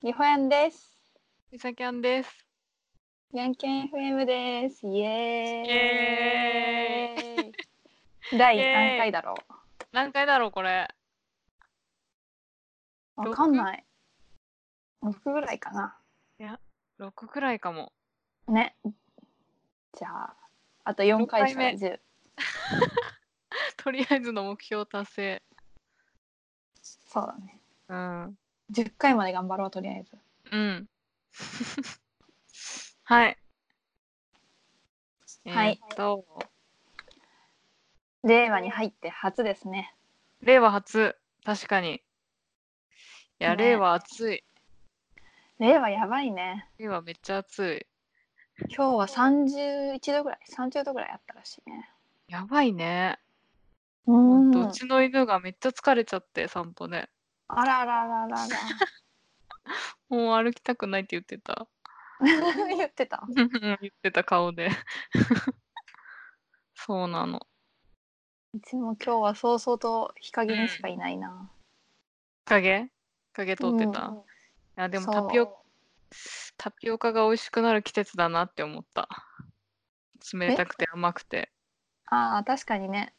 りほやんです。 みさきゃんです。 やんけん FM です。イイエエーイ。 ーイ。 イ第何エーイ。 回だろ何回だろうこれ。 う。わかん 6? ない。6ぐらいかな。 いや、6くらいかも。 ね。じゃあ、あと4 6 回したら回目。 10。 とりあえずの目標達成。 そうだね。 うん。 10回まで頑張ろう、とりあえず。 うん。はい。 はい。令和に入って初ですね。 令和初。確かに。いや、令ね。 和暑い。 令和やばいね。 令和めっちゃ暑い。 今日は31度ぐらい、30度ぐらいあったらしいね。 やばいね。ほんと、ううん。 ちの犬がめっちゃ疲れちゃって、散歩で。 あららららら。 もう歩きたくないって言ってた。 言ってた。 言ってた顔で。そうなの。 うちも今日は早々と日陰にしかうん。 いないな。 影通ってた。いや、でもタピオカが美味しくなる季節だなって思った。冷たくて甘くて。 ああ、確かにね。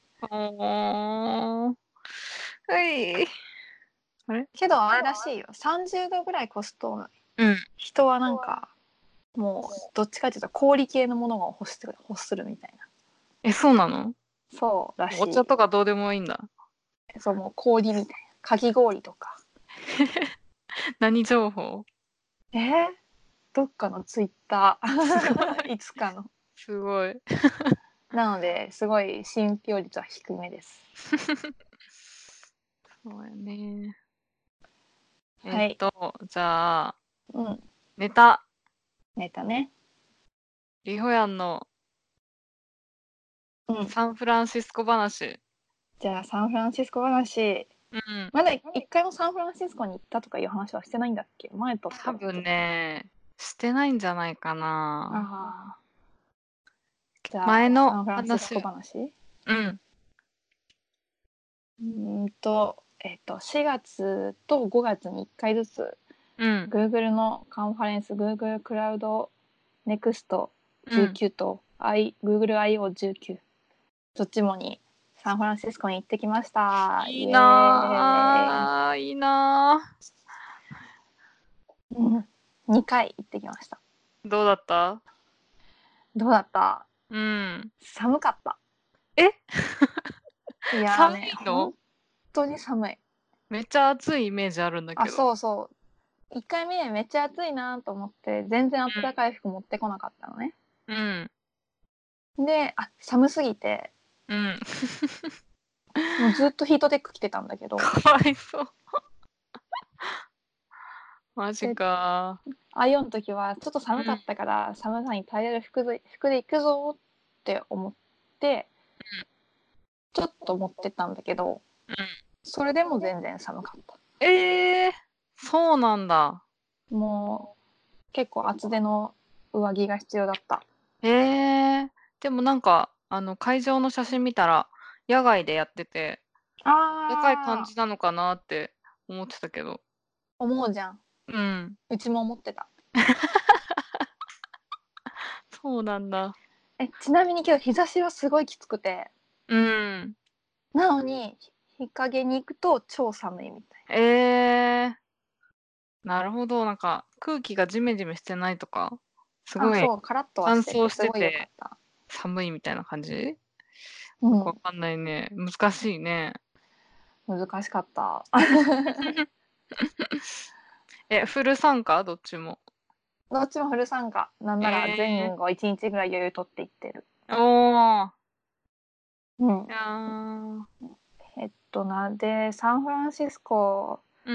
はい。あれけどあれらしいよ。30度ぐらい越すと、 うん。 人はなんか、もう、どっちかっていうと氷系のものが欲するみたいな。 え、そうなの？ そうらしお茶とかどうでもいいんだ。 い。そう、もう氷みたいな。かき氷とか。 何情報？ えー、どっかのツイッタすごい。 ー。いつかの。 すごい。 なので、すごい信憑率は低めです。 そうやね。 はい。 じゃあ、 うん。 ネタ。 ネタね。 リホヤンのうん。 サンフランシスコ話。 じゃあ、サンフランシスコ話。 うん。 まだ一回もサンフランシスコに行ったとかいう話はしてないんだっけ？前とったっけ？ 多分ね、してないんじゃないかな。 ああ。じゃあ、 前のサンフランシス話。 コ話。 うん。 4月と5月に1回ずつ、 うん。 Google のカンファレンス、Google クラウドうん。 NEXT19 と、Google IO19、どっちもにサンフランシスコに行ってきました。 いいイエーイ。 なあ、いいなうん、2回行ってきました。 あ。どうだった？ どうだった？ うん。 寒かった。 えいやー寒ね、本いの？ 当に寒い。 めっちゃ暑いイメージあるんだあ、 けど。 そうそう。1回目めっちゃ暑いなと思って、全然暖かい服持ってこなかったのね。 うん。 で、寒すぎて、 うん。 もうずっとヒートテック着てたんだけど、 かわいそう。マジで、 か。 IO の時はちょっと寒かっうん。 たから、寒さに耐えれる服で行くぞって思って、ちょっと持ってったんだけど、 うん。 それでも全然寒かった。 ええー、そうなんだ。 もう結構厚手の上着が必要だった。 ええー、でもなんか、会場の写真見たら、野外でやってて、暖かい感あー、 じなのかなって思ってたけど。 思うじゃん。 うん。 うちも思ってた。 そうなんだ。 ちなみに今日日差しはすごいきつくて、 うん。 なのに日陰に行くと超寒いみたいええ、なるほど。なんか、空気がジメジメしてないとか、すな。あ、 ごいそう、カラッとはしてて乾燥しすごい良かっててた。 寒いみたいな感じ？ うん、 よくわかんないね。難しいね。 難しかった。 え、フル参加？どっちも。 どっちもフル参加。なんならええ、 前後1日ぐらい余裕取っていってる。 おお。 うん。 いや、 で、サンフランシスコうん。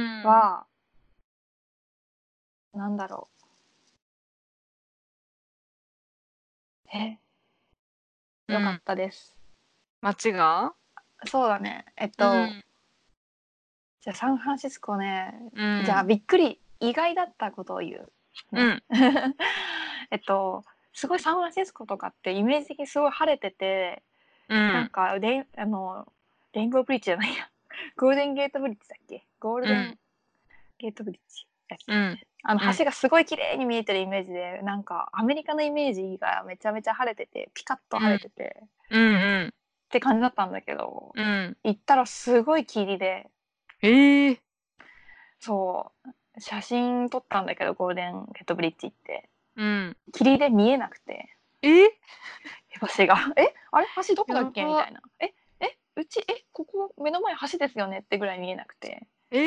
は、なんだろう。よかっうん。 たです。 街が？ そうだね。 うん。 じゃあサンフランシスコね、じゃあうん。 びっくり、意外だったことを言う。ね。 うん。 えっと、すごいサンフランシスコとかってイメージ的にすごい晴れてて、なんうん。 かレインボーブリッジじゃないや。ゴールデンゲートブリッジだっけ？ゴールうん。 デンゲートブリッジ。 やつだよね。橋がすごい綺麗に見えてるイメージで、なんかアメリカのイメージがめちゃめちゃ晴れてて、ピカッと晴れてて、って感じだったんだけど、行ったらすごい霧で、そう、写真撮ったんだけど、ゴールデンゲートブリッジ行って、霧で見えなくて、橋が、あれ橋どこだっけみたいな、ここ目の前橋ですよねってぐらい見えなくて、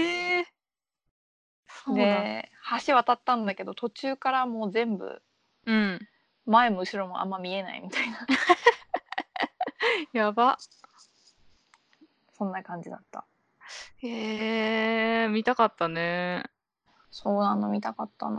で橋渡ったんだけど途中からもう全部、前も後ろもあんま見えないみたいなやば。 そんな感じだった。 見たかったね。 そうなの、見たかったの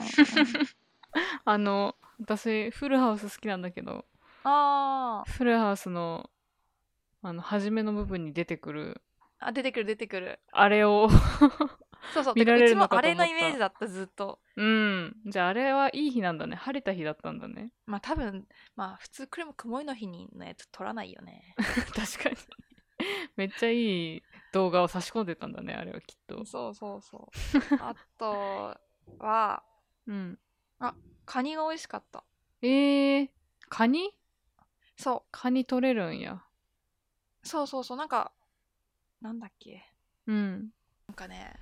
私フルハウス好きなんだけど、フルハウスの初めの部分に出てくる出てくるあれをそう見られるのかと思った。 うちもあれのイメージだった、ずっと。 じゃああれはいい日なんだね。晴れた日だったんだね。 まあ多分、普通曇りの日にのやつ撮らないよね確かにめっちゃいい動画を差し込んでたんだね、あれはきっと。 そうあとはカニが美味しかった。 カニ？ そう、 カニ取れるんや。 そうなんかなんだっけ、なんかね、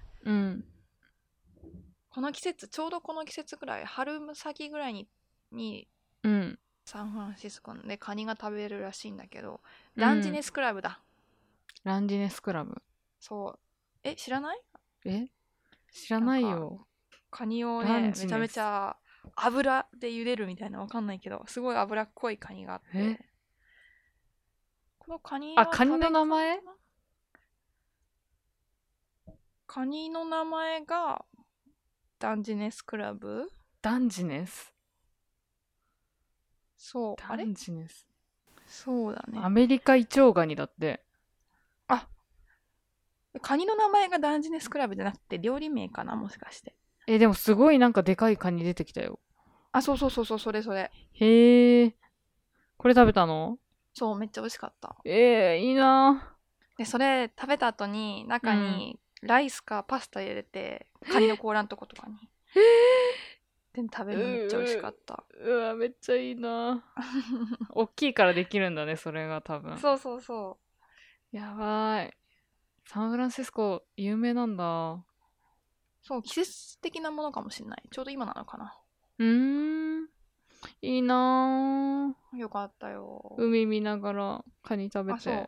この季節、ちょうどこの季節ぐらい、春先ぐらいにサンフランシスコでカニが食べれるらしいんだけど、ランジネスクラブだ。 ランジネスクラブ。 そう。知らない？ 知らないよ。 カニをね、めちゃめちゃ油で茹でるみたいな、わかんないけど、すごい脂っこいカニがあって。このカニはカニの名前？ カニの名前がダンジネスクラブ？ ダンジネス？ そう。 ダンジネス。 そうだね。 アメリカイチョウガニだって。 カニの名前がダンジネスクラブじゃなくて料理名かな、もしかして。 でもすごいなんかでかいカニ出てきたよ。 そう、それ。 へえ。これ食べたの？ そう、めっちゃ美味しかった。 いいな。 で、それ食べた後に中にライスかパスタ入れて、カニの甲羅のとことかに。で、食べるのめっちゃ美味しかった。 めっちゃいいな。大きいからできるんだね、それが多分。 そう。 やばい。サンフランシスコ有名なんだ。 そう、季節的なものかもしれない。ちょうど今なのかな。 いいなぁ。よかったよ。 海見ながらカニ食べて。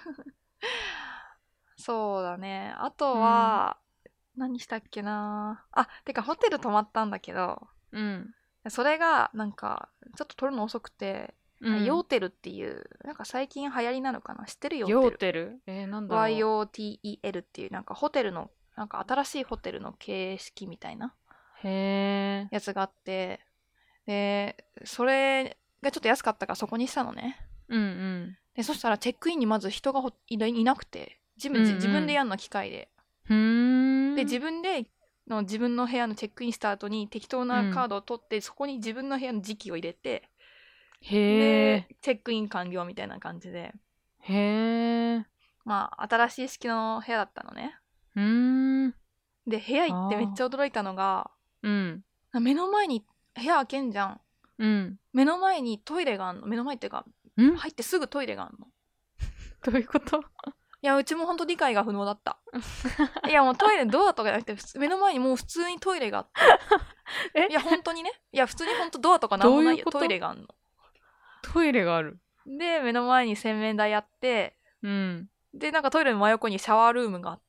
そうだね。あとは、何したっけな。てかホテル泊まったんだけど、それがなんかちょっと撮るの遅くて、ヨーテルっていう、なんか最近流行りなのかな、知ってる？ヨーテル。 なんだろう。 YOTEL っていうなんかホテルの、なんか新しいホテルの形式みたいなやつがあって、で、それがちょっと安かったからそこにしたのね。で、そしたらチェックインにまず人がいなくて、自分でやんの、機械で。で、自分の部屋のチェックインした後に適当なカードを取って、そこに自分の部屋の時期を入れて、で、チェックイン完了みたいな感じで。新しい式の部屋だったのね。で、部屋行ってめっちゃ驚いたのが、目の前に部屋開けんじゃん。目の前にトイレがあんの。目の前っていうか、入ってすぐトイレがあんの。 どういうこと？ いや、うちもほんと理解が不能だった。いや、もうトイレドアとかじゃなくて、目の前にもう普通にトイレがあって。いや、本当にね。いや、普通にほんとドアとかなんもないよ。トイレがあんの。 トイレがある。 で、目の前に洗面台あって、で、なんかトイレの真横にシャワールームがあって、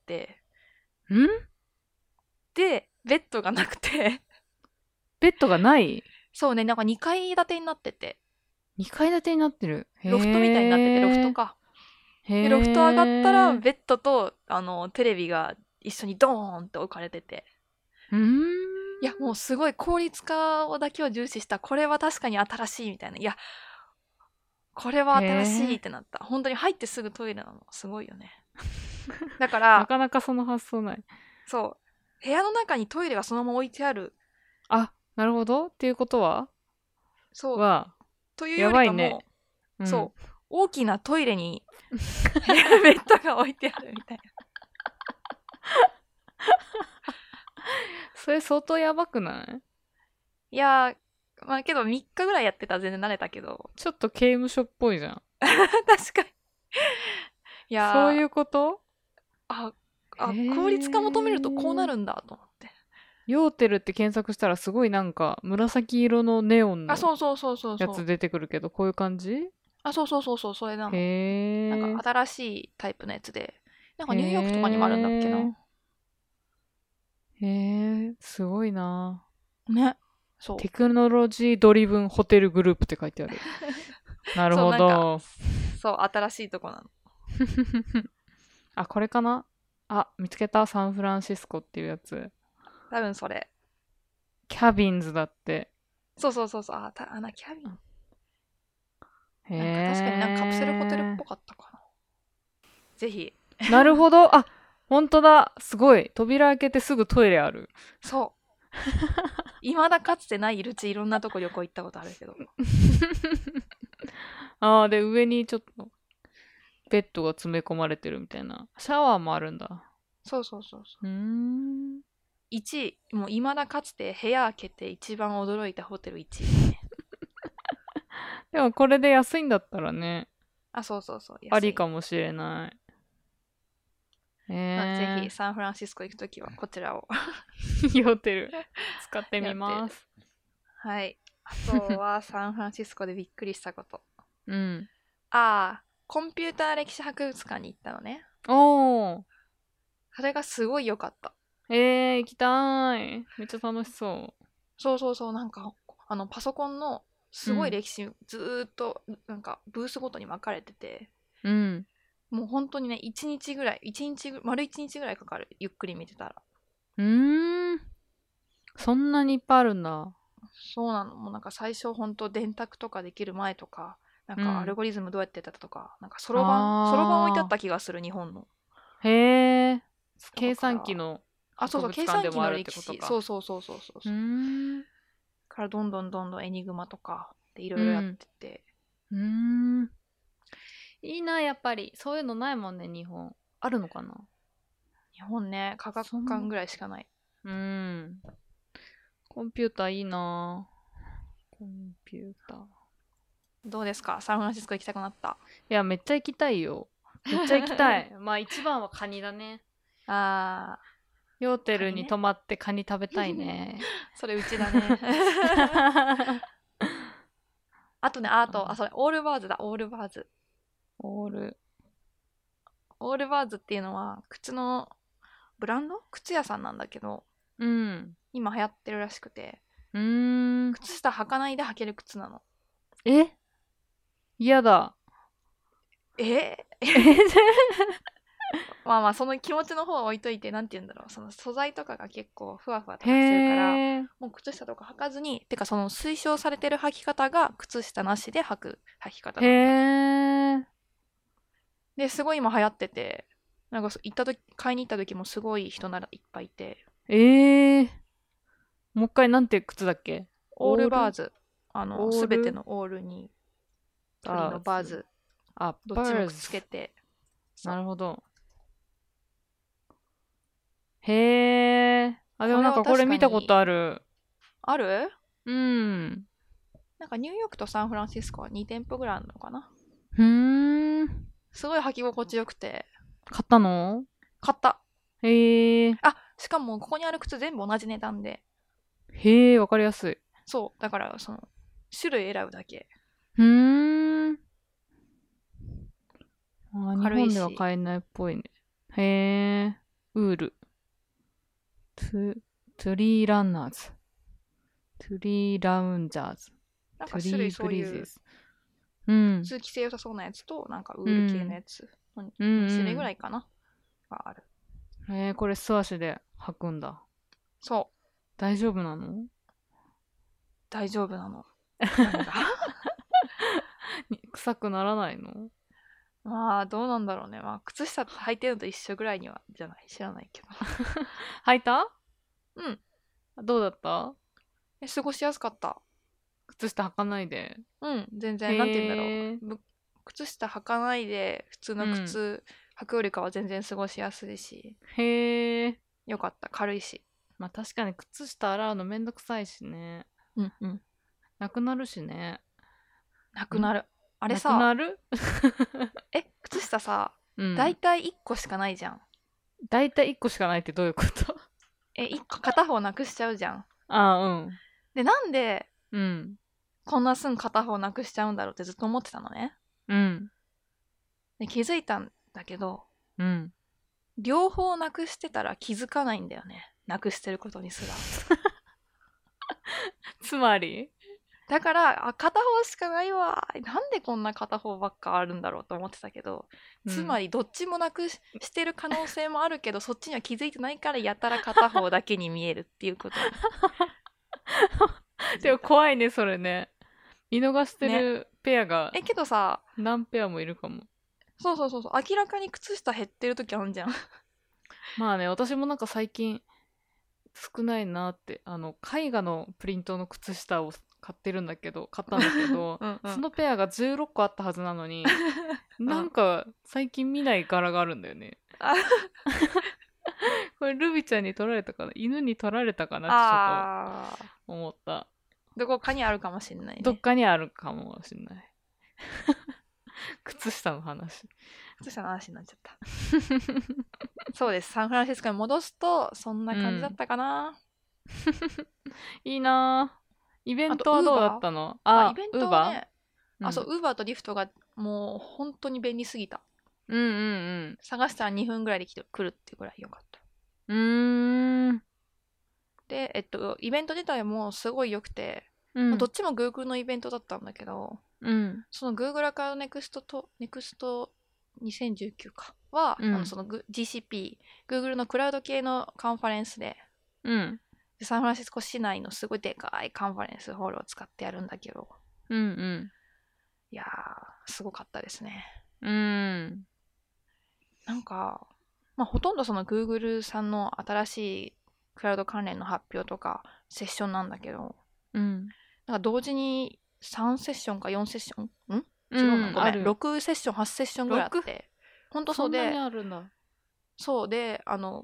で、ベッドがなくて。 ベッドがない？ そうね、なんか2階建てになってて。 2階建てになってる。 ロフトみたいになってて、ロフトか。で、ロフト上がったら、ベッドと、テレビが一緒にドーンって置かれてて。いや、もうすごい効率化だけを重視した、これは確かに新しいみたいな。いや、これは新しいってなった。本当に入ってすぐトイレなの。すごいよね。だから、 なかなかその発想ない。 そう。部屋の中にトイレがそのまま置いてある。 なるほど。っていうことは？ そう。というよりかも、そう。大きなトイレにベッドが置いてあるみたいな。 それ相当やばくない？ いやー、まあけど3日ぐらいやってたら全然慣れたけど。 ちょっと刑務所っぽいじゃん。 確かに。いやー、 そういうこと？ あ、 へ効率化求めるとこうなえ。 るんだと思って。 ヨーテルって検索したらすごいなんか紫色のネオンのそうそうそうそうそう。 やつ出てくるけど、こういう感じ？ そうそうそうそう、それなへの。なんかえ。 新しいタイプのやつで。なんかへニューヨークとかにもあるんだっけな。 え。へえ、すごいな。 ね。そテクノロジードリブンホテルグループって書いてある。なう。 るそう、なんか、 ほど。 そう、新しいとこなの。 あ、これかな？あ、見つけた。サンフランシスコっていうやつ。 多分それ。 キャビンズだって。 そうそうそうそう。キャビン。 へなんか確かになんかカプセルホテルっえ。 ぽかったかな。ぜひ。 なるほど。あ、ほんとだ。すごい。扉開けてすぐトイレある。 そう。未だかつてないルチいろんなとこ旅行行ったことあるけど。 ああ、で、上にちょっとベッドが詰め込まれてるみたいな。シャワーもあるんだ。 そうそうそうそう。 うーん。 1位、もう未だかつて部屋開けて一番驚いたホテル1位ね。 でもこれで安いんだったらね、 そうそうそう。 あり安い。 かもしれない。 なのでぜえひサンフランシスコ行くときはこちらを。 ー、ヨーテル使ってみやってる。 ます。 はい。あとはサンフランシスコでびっくりしたこと。 うん。 コンピューター歴史博物館に行ったのね。 おー。 それがすごい良かった。 行きたーい。めっちゃ楽しそそうそうそう、なんか、パソコンのう。 すうん。 ごい歴史、ずーっと、なんか、ブースごとに分かれてて、 うん。 もう本当にね、1日ぐらい、丸1日ぐらいかかる。ゆっくり見てたら。 うーん。そんなにいっぱいあるんだ。 そうなの。もうなんか最初本当電卓とかできる前とか、なんうん。 かアルゴリズムどうやってやってたとか、なんかそろばん置いてあっあた気がする、日本の。 ー。へー。計だから、 算機のそうそう、 博物計算機の館でもあるって歴史。そうことか。 そうそうそうそううーそう。 ん。 からどんどんどんどんエニグマとかでいろいろやっうん。 てて。 うーん。いいな、やっぱり。そういうのないもんね、日本。あるのかな？ 日本ね、科学そんな。 館ぐらいしかない。 うん。コンピューターいいな。コンピューター。 どうですか、サンフランシスコ行きたくなった？ いや、めっちゃ行きたいよ。めっちゃ行きたい。まあ一番はカニだね。 あヨーテルカニね。 に泊まってカニ食べたいね。 それうちだね。あとね、それ、オールバーズだ、オールバーズ。 オール。 オールバーズっていうのは、靴のブランド靴屋さんなんだけど、 うん。 今流行ってるらしくて、 うーん。 靴下履かないで履ける靴なの。 え、嫌だ。 えまあまあ、その気持ちの方は置いといて、なんて言うんだろう。その素材とかが結構ふわふわとへかしてるから、 え。 もう靴下とか履かずに、てかその推奨されてる履き方が靴下なしで履く履き方へなんだ。 え。 で、すごい今流行ってて、なんか買いに行った時もすごい人ならいっぱいいて、 ええ。もう一回なんて靴だっけ？ オーオールルバーズ、すべてオールのオールに鳥のバーズ。 バーズ、 あ、 どっちもくっつバーズ。 けて、そう。 なるほど。へえ。あ、でもこれはなんかこれ確かに、 見たことある。 あるうん。 なんかニューヨークとサンフランシスコは2店舗ぐらいあるのかな。 ふーん。 すごい履き心地よくて、 買ったの？ 買った。 へえ。 しかもここにある靴全部同じ値段で、 へえ、わかりやすい。 そう、だからその、種類選ぶだけ。 ふーん。あ、日本では軽いし、 買えないっぽいね。へえ。ウール。トゥ、トゥリーランナーズ。トゥリーラウンジャーズ。 なんか種類トゥリーブそういうリーゼス。うん。 通気性良さそうなやつと、なんかウール系のうん。 やつのうん 2種類ぐうん。 らいかながある。 これ素足で履くんだ。 そう、 大丈夫なの？ 大丈夫なの。何が？ 臭くならないの？ まあ、どうなんだろうね。まあ、靴下履いてるのと一緒ぐらいには、じゃない。知らないけど。 履いた？ うん。 どうだった？ 過ごしやすかった。 靴下履かないで。 うん、全然、なんて言うんだろへえ。 う。靴下履かないで、普通のうん。 靴履くよりかは全然過ごしやすいし、 へえ。 よかった。軽いし。 まあ確かに靴下洗うのめんどくさいしね。 うんうん。 なくなるしね。 なくなる。あれなくさ、 なる靴下さ、だいうん。 たい1個しかないじゃん。 だいたい1個しかないってどういうこと 1個片方なくしちゃうじゃん。 ああ、 で、なんでうん。うん。 こんなすぐ片方なくしちゃうんだろうってずっと思ってたのね。 うん。 で、気づいたんだけど、 うん。 両方なくしてたら気づかないんだよね。なくしてることにすら。 つまりだから、片方しかないわ。なんでこんな片方ばっかあるんだろうと思ってたけど、つまりどっちもなくしてる可能性もあるけど、そっちには気づいてないからやたら片方だけに見えるっていうことに気づでもいた。 怖いね、それね。見逃してね。 るペアがけどさ、 何ペアもいるかも。 そう、明らかに靴下減ってる時あるじゃん。 まあね、私もなんか最近少ないなって、絵画のプリントの靴下を買ったんだけど、 うんうん。 そのペアが16個あったはずなのに、 うん。 なんか最近見ない柄があるんだよね。 あこれルビちゃんに取られたかな、犬に取られたかなってちょっとあー、 思った。 どこかにあるかもしんないね。 どっかにあるかもしんない。靴下の話。 靴下の話になっちゃった。そうです。サンフランシスコに戻すと、そんなうん。 感じだったかな。 いいなぁ。イベあと、 ントはどうだっウーバたの？ ー。イあ、 ベンウーバトはね、 ーうん。 ウーバーとリフトがもう本当に便利すぎた。 うんうん探したら2分ぐらいで来るっていうぐらいよかった。 うん。うーん。 で、イベント自体もすごい良くて、どうん。 っちも Google のイベントだったんだけど、 うん。 その Google アカウントネクスト2019かは、 うん。 その GCP、Google のクラウド系のカンファレンスで、 うん。 サンフランシスコ市内のすごいでかいカンファレンスホールを使ってやるんだけど、 うん。 いやー、すごかったですね。 うん。 なんか、ほとんどその Google さんの新しいクラウド関連の発表とかセッションなんだけど、 うん。 なんか同時に3セッションか4セッション違うな。 うん。 ごめん。 ある。 6セッション、8セッションぐらいあっ 6？ て。ほんとそんなにそうで、 あるんだ。 そうで、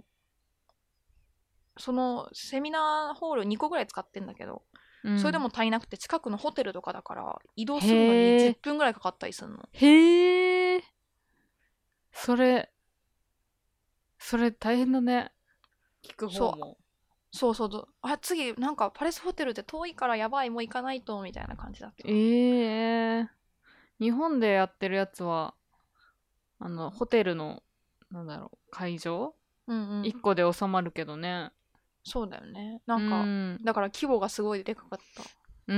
そのセミナーホール2個ぐらい使ってんだけど、それでうん。 も足りなくて近くのホテルとかだから移動するのに10 へえ。 分ぐらいかかったりするの。 へえ。それ、それ大変だね。聞く方そう。 も。 次、なんかパレスホテルって遠いからやばい、もう行かないと、みたいな感じだった。 ええ。日本でやってるやつは、ホテルの、会場うんうん。 一個で収まるけどね。 そうだよね。なうんか、 ん。 だから規模がすごいでかかった。 うん。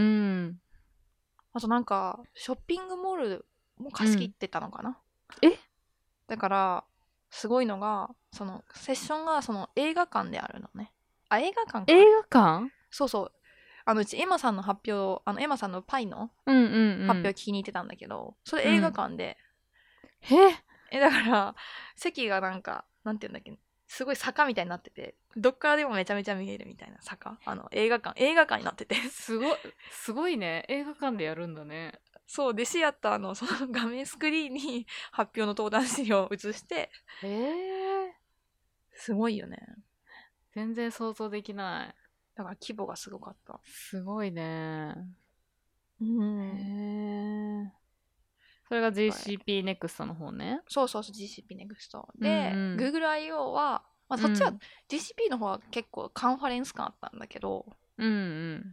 あとなんか、ショッピングモールもうん。 貸し切ってたのかな。 えだから、すごいのが、その、セッションがその映画館であるのね。あ、映画館か、あ映れ。 画館？ そうそう。うちエマさんの発表、エマさんのパイのうんうん発表うん。 聞きに行ってたんだけど、それ映画うん。 館で、 えだから、席がなんか、なんて言うんだっけ、すごい坂みたいになってて、どっからでもめちゃめちゃ見えるみたいな坂。映画館になってて。 すごいね。映画館でやるんだね。 そうで、シアターのその画面スクリーンに発表の登壇資料を映して、 へえ。 すごいよね。 全然想像できない。 だから規模がすごかった。 すごいね。 うへん。 え。それが GCP ネクストの方ね。 そう、GCP NEXT。 うんで、 うん。 Google I/O は、そっちはうん。 GCP の方は結構カンファレンス感あったんだけど、 うんうん。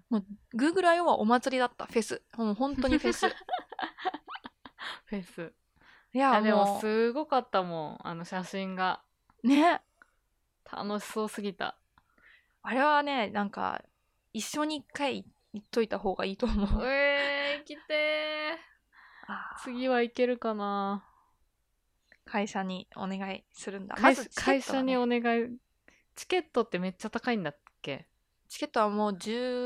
もう Google I/O はお祭りだった。フェス。もう本当にフェス。 フェス。 いや、 でももすごかったもん。写真が。 ね。 楽しそうすぎた。 あれはね、なんか、一緒に一回行っといた方がいいと思う。 行きてー。 あ次は行けるかな。 会社にお願いするんだ。まずチケッ会社にトだね。 お願い。チケットってめっちゃ高いんだっけ？ チケットはもう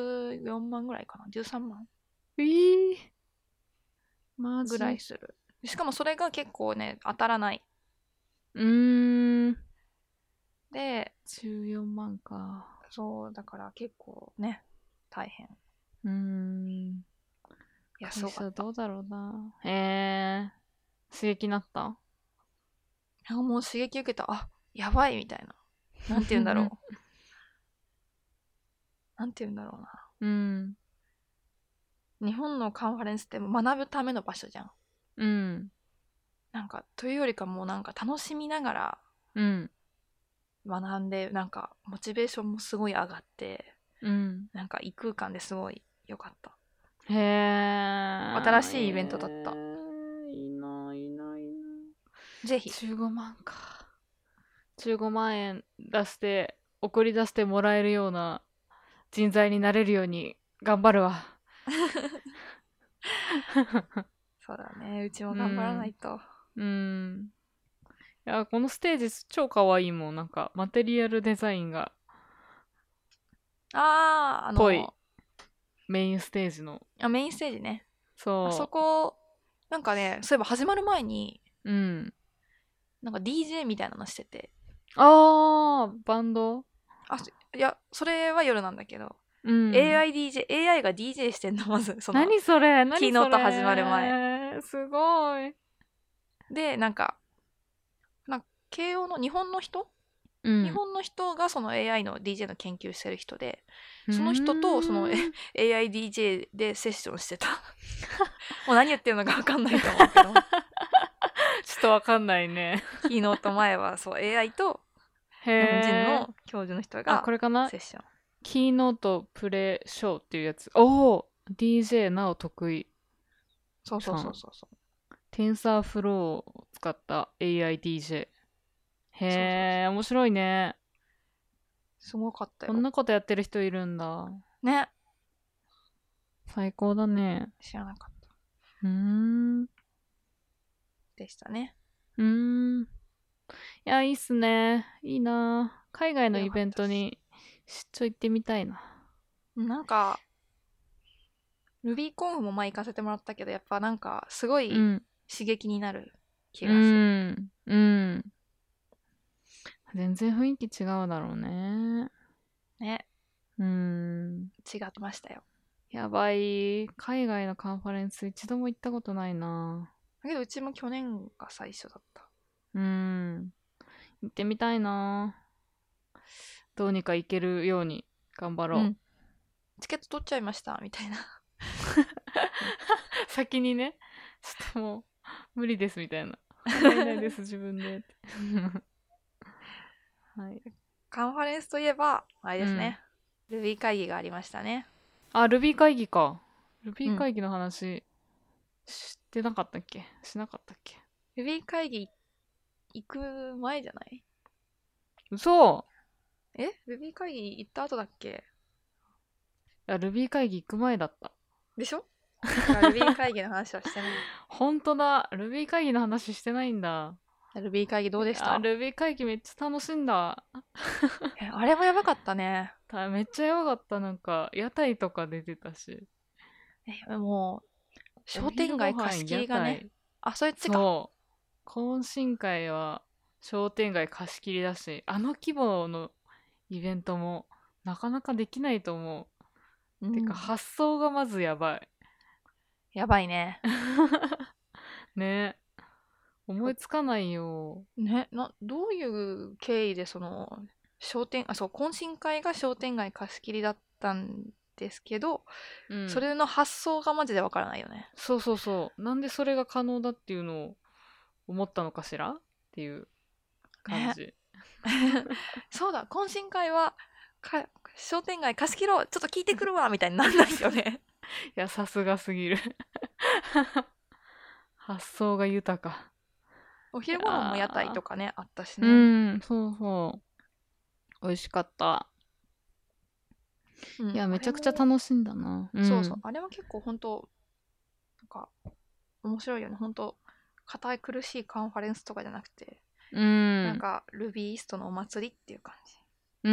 14万ぐらいかな。13万ー、マぐらジ？ いする。しかもそれが結構ね、当たらない。 うーん。 で、 14万か。 そう、だから結構ね、大変。いうーん。 や、す会ごかった。 社どうだろうな。刺激になった？ もう刺激受けた。あ、やばいみたいな。なんて言うんだろう。 なんて言うんだろうな。 うん。 日本のカンファレンスって学ぶための場所じゃん。 うん。 なんか、というよりかもうなんか楽しみながらうん。 学んで、なんかモチベーションもすごい上がって、 うん。 なんか異空間ですごい良かった。 へ新しいイえ。 ベントだった。 いいな、いいな、いいな。 ぜひ。 15万か。15万円出して、送り出してもらえるような人材になれるように頑張るわ。 そうだね。うちもう頑張らなん。 いと。 うん。いや、このステージ超可愛いもん。なんか、マテリアルデザインが、 あー、 ぽい。メインステージの。 メインステージね。あそそこ、なんかね、そういえば始まる前に、 う。うん。 なんか DJ みたいなのしてて。 あー、バンド。 あ、いや、それは夜なんだけど、 うん。 AI が DJ してんの、まず、その、 何それ、 キー何そノート始まる前。 れ。すごい。 で、なんか、慶応のうん。 日本の人がその AI の DJ の研究してる人で、 うーその人とそのん。 AIDJ でセッションしてた。もう何言ってるのか分かんないと思うけど、 ちょっとわかんないね。 キーノート前はそう AI とへ日本人え。 の教授の人あ、 がこれかな。 セッション。 キーノートプレイショーっていうやつ。おお !DJ なお得意そうそうさん。 そうそうそう。 テンサーフローを使った AIDJ。へそうそうそう。 え、面白いね。 すごかったこんよ。 なことやってる人いるんだ。 ね。 最高だね。 知らなかった。 うーん。 でしたね。 うーん。いや、いいっすね。いいな。海外のよイベンかったです。 トに出張行ってみたいな。 なんか、ルビーコンフも前行かせてもらったけど、やっぱなんかすごいうん。 刺激になる気うがする。 ん。うん。全然雰囲気違うだろうね。 ね。 うーん。 違ってましたよ。 やばい。海外のカンファレンス一度も行ったことないな。 だけどうちも去年が最初だった。 うーん。行ってみたいな。どうにか行けるように頑張ろうん。チケット取っちゃいましたみたいな。 う。先にね、ちょっともう無理ですみたいな。払えないです、自分でって。はい。 カンファレンスといえば、あれうん。 ですね。ルビー会議がありましたね。 あ、ルビー会議か。ルビうん。 ー会議の話、知ってなかったっけ、しなかったっけ。 ルビー会議行く前じゃない？ 嘘。 ルビー会議行った後だっけ？ いや、ルビー会議行く前だった。 でしょ？だからルビー会議の話はしてない。 ほんとだ。ルビー会議の話してないんだ。 ルビー会議どうでしあ、 た？ ルビー会議めっちゃ楽しんだ。 あれもやばかったね。 めっちゃやばかった。なんか、屋台とか出てたし。 もう、商お昼ご店街貸し飯切りがね。 屋台。 あ、そっちか。 そう。懇親会は商店街貸し切りだし、あの規模のイベントもなかなかできないと思う。てか、 うん。 発想がまずやばい。 やばいね。 ね。思いつかないよ。 ね、どういう経緯で懇親会が商店街貸し切りだったんですけど、 うん。 それの発想がマジでわからないよね。 そうそうそう。なんでそれが可能だっていうのを思ったのかしらっていう感ね。 じ。 そうだ、懇親会は、商店街貸し切ろう、ちょっと聞いてくるわ、みたいになんないよね。 いや、さすがすぎる。発想が豊か。 おい昼ご飯も屋台やとかね、あったしー、 ね。 うん、そうそう。美味しかった。 うん、 いや、めあちゃくちゃれも、 楽しんだな。うそうそう、 ん。 あれも結構本当なんか、面白いよね。本当堅い苦しいカンファレンスとかじゃなくて、 うん。 ルビーイストのお祭りっていう感じ。 うん。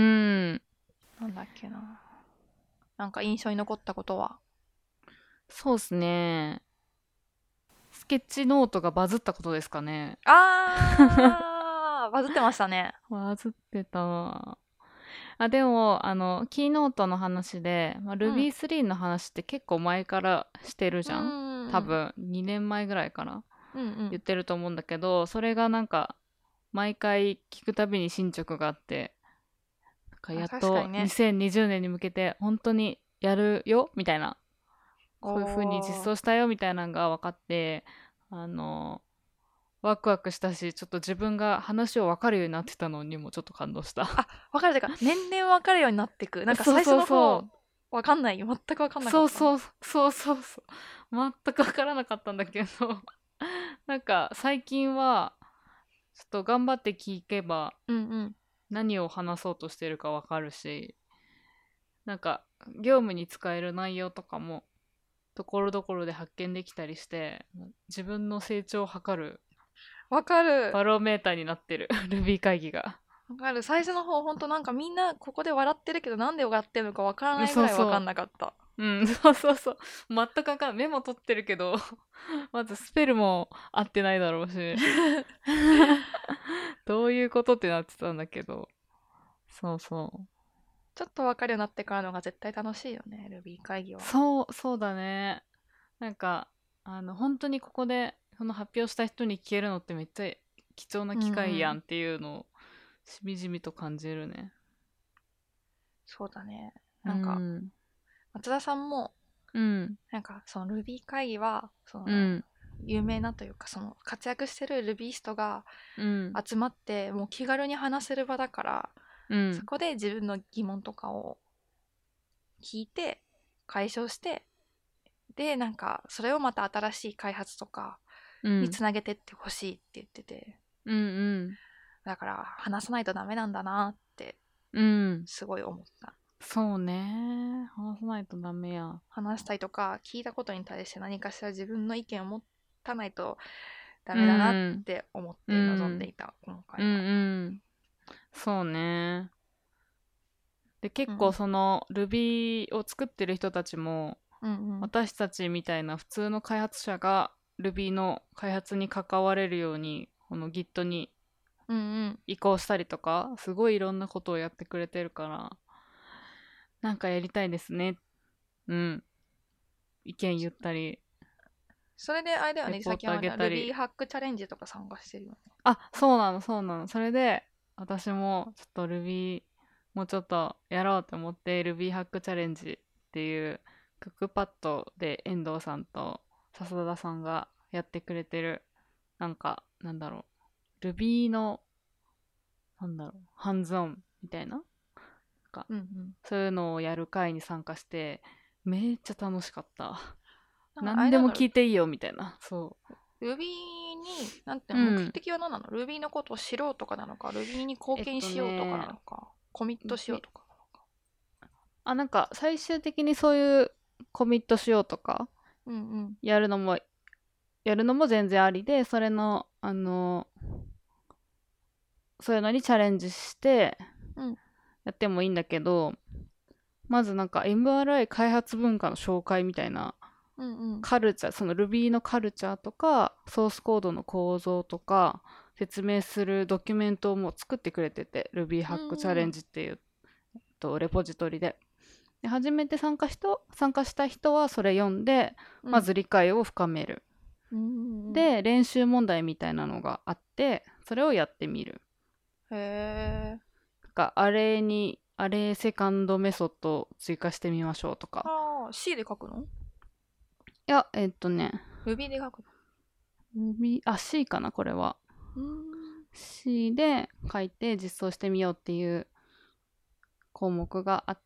なんだっけな。印象に残ったことは？ そうっすね。スケッチノートがバズったことですかね。 バズってましたね。 バズってたわ。あ、でも、キーノートの話で、 うん。 Ruby3 の話って結構前からしてるうじゃん。多ん。 分、2年前ぐらいからうんうん。 言ってると思うんだけど、それがなんか、毎回聞くたびに進捗があって、 やっと2020年に向けて本当にやるよみたいな、こういう風に実装したよみたいなのが分かって、ワクワクしたし、ちょっと自分が話を分かるようになってたのにもちょっと感動した。 分かる。てか年々分かるようになってく。なんか最初の方分かんないよ。全く分かんなかった。 そう全く分からなかったんだけどなんか最近はちょっと頑張って聞けば何を話そうとしてるか分かるし、なんか業務に使える内容とかもところどころで発見できたりして、自分の成長を図るわかるバロメーターになってるRuby 会議が。 わかる。最初の方ほんとなんかみんなここで笑ってるけどなんで笑ってるのかわからないぐらいわかんなかった。 そう全くわかんない。メモ取ってるけどまずスペルも合ってないだろうしどういうことってなってたんだけど、そうちょっとわかるようになってからのが絶対楽しいよね、Ruby 会議は。 そうだね。なんか本当にここでその発表した人に聞けるのってめっちゃ貴重な機会やんっていうのをしみじみと感じるね。 そうだね。なんか、松田さんも、なんかその Ruby 会議はその、有名なというかその活躍してる Rubyist が集まってもう気軽に話せる場だから、そこで自分の疑問とかを聞いて解消して、でなんかそれをまた新しい開発とかにつなげてってほしいって言ってて、だから話さないとダメなんだなってすごい思った。 そうね、話さないとダメや。 話したいとか聞いたことに対して何かしら自分の意見を持たないとダメだなって思って臨んでいた、今回は。 そうね。で結構その Ruby を作ってる人たちも、私たちみたいな普通の開発者が Ruby の開発に関われるようにこの Git に移行したりとか、すごいいろんなことをやってくれてるから、なんかやりたいですね。意見言ったり。 それであれだよね、さっきの Ruby ハックチャレンジとか参加してるよね。 そうなの。それで私もちょっと Ruby もうちょっとやろうと思って Ruby ハックチャレンジっていうクックパッドで遠藤さんと笹田さんがやってくれてる、なんだろう、Ruby のハンズオンみたいな、そういうのをやる会に参加してめっちゃ楽しかった。何でも聞いていいよみたいな。そう。 Ruby になんて目的は何なの？ Ruby のことを知ろうとかなのか、Ruby に貢献しようとかなのか、コミットしようとかなのか。なんか最終的にそういうコミットしようとかやるのも全然ありで、それのそういうのにチャレンジしてやってもいいんだけど、まずなんか MRI 開発文化の紹介みたいな、カルチャー、その Ruby のカルチャーとかソースコードの構造とか説明するドキュメントをもう作ってくれてて、 Ruby ハックチャレンジっていう、レポジトリで初めて参加した人はそれ読んで、まず理解を深める、で練習問題みたいなのがあって、それをやってみる。 へえ。 アレーセカンドメソッドを追加してみましょうとか。 C で書くの？ いや Ruby で書くの？C かなこれは。C で書いて実装してみようっていう項目があって、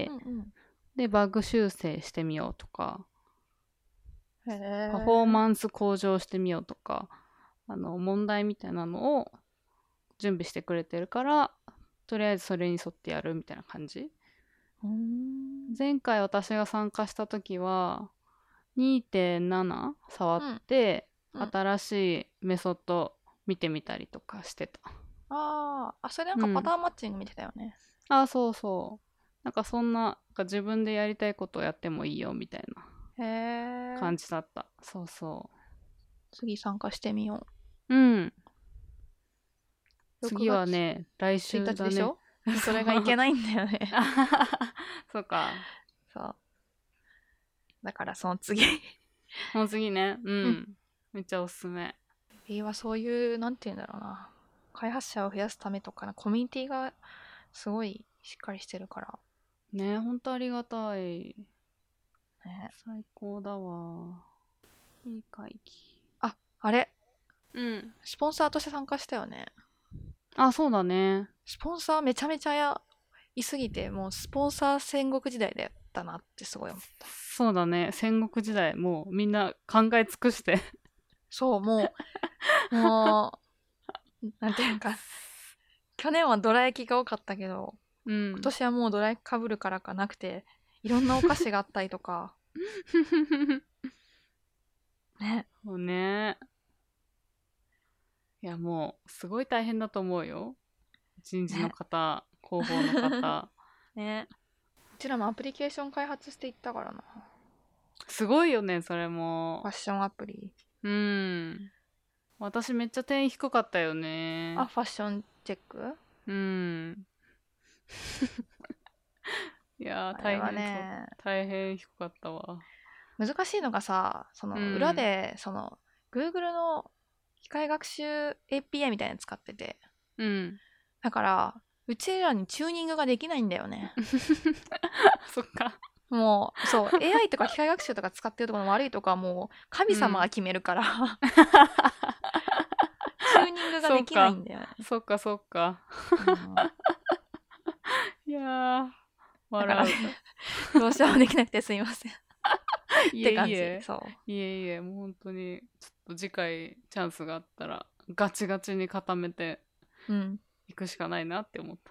でバグ修正してみようとか、パフォーマンス向上してみようとか、問題みたいなのを準備してくれてるから、とりあえずそれに沿ってやるみたいな感じ。前回私が参加した時は 2.7 触って、新しいメソッド見てみたりとかしてた。 それなんかパターンマッチング見てたよね。 そうなんかそんな自分でやりたいことをやってもいいよみたいな感じだった。そう次参加してみよう。次はね、来週だね。 1日でしょ？それがいけないんだよね。 そうか。 そうだからその次ね。めっちゃおすすめ。 Ruby はそういうなんていうんだろうな、開発者を増やすためとかコミュニティがすごいしっかりしてるからね。ほんとありがたい、 ね。 最高だわ。いい会議。 あれスポンサーとして参加したよね。 あ、そうだね。 スポンサーめちゃめちゃいすぎて、もうスポンサー戦国時代だったなってすごい思った。 そうだね。戦国時代、もうみんな考え尽くしてそう、もうなんていうか、去年はどら焼きが多かったけど、今年はもうどら焼きかぶるからかなくて、いろんなお菓子があったりとか。ね。 もうね。いや、もう、すごい大変だと思うよ。人事の方、広報の方。 ね。うちらもアプリケーション開発していったからな。 すごいよね、それも。 ファッションアプリ。 私めっちゃ点低かったよね。 ファッションチェック？ いやー、大変ね、 大変低かったわ。 難しいのがさ、その裏で、その Google の機械学習 API みたいなの使ってて、だからうちらにチューニングができないんだよね。 そっか。 もうそう AI とか機械学習とか使ってるところの悪いとこはもう神様が決めるから、チューニングができないんだよね。 そっかそっか。いやー、笑う。どうしようもできなくてすいません。って感じ。 いえいえ、もう本当にちょっと次回チャンスがあったらガチガチに固めていくしかないなって思った。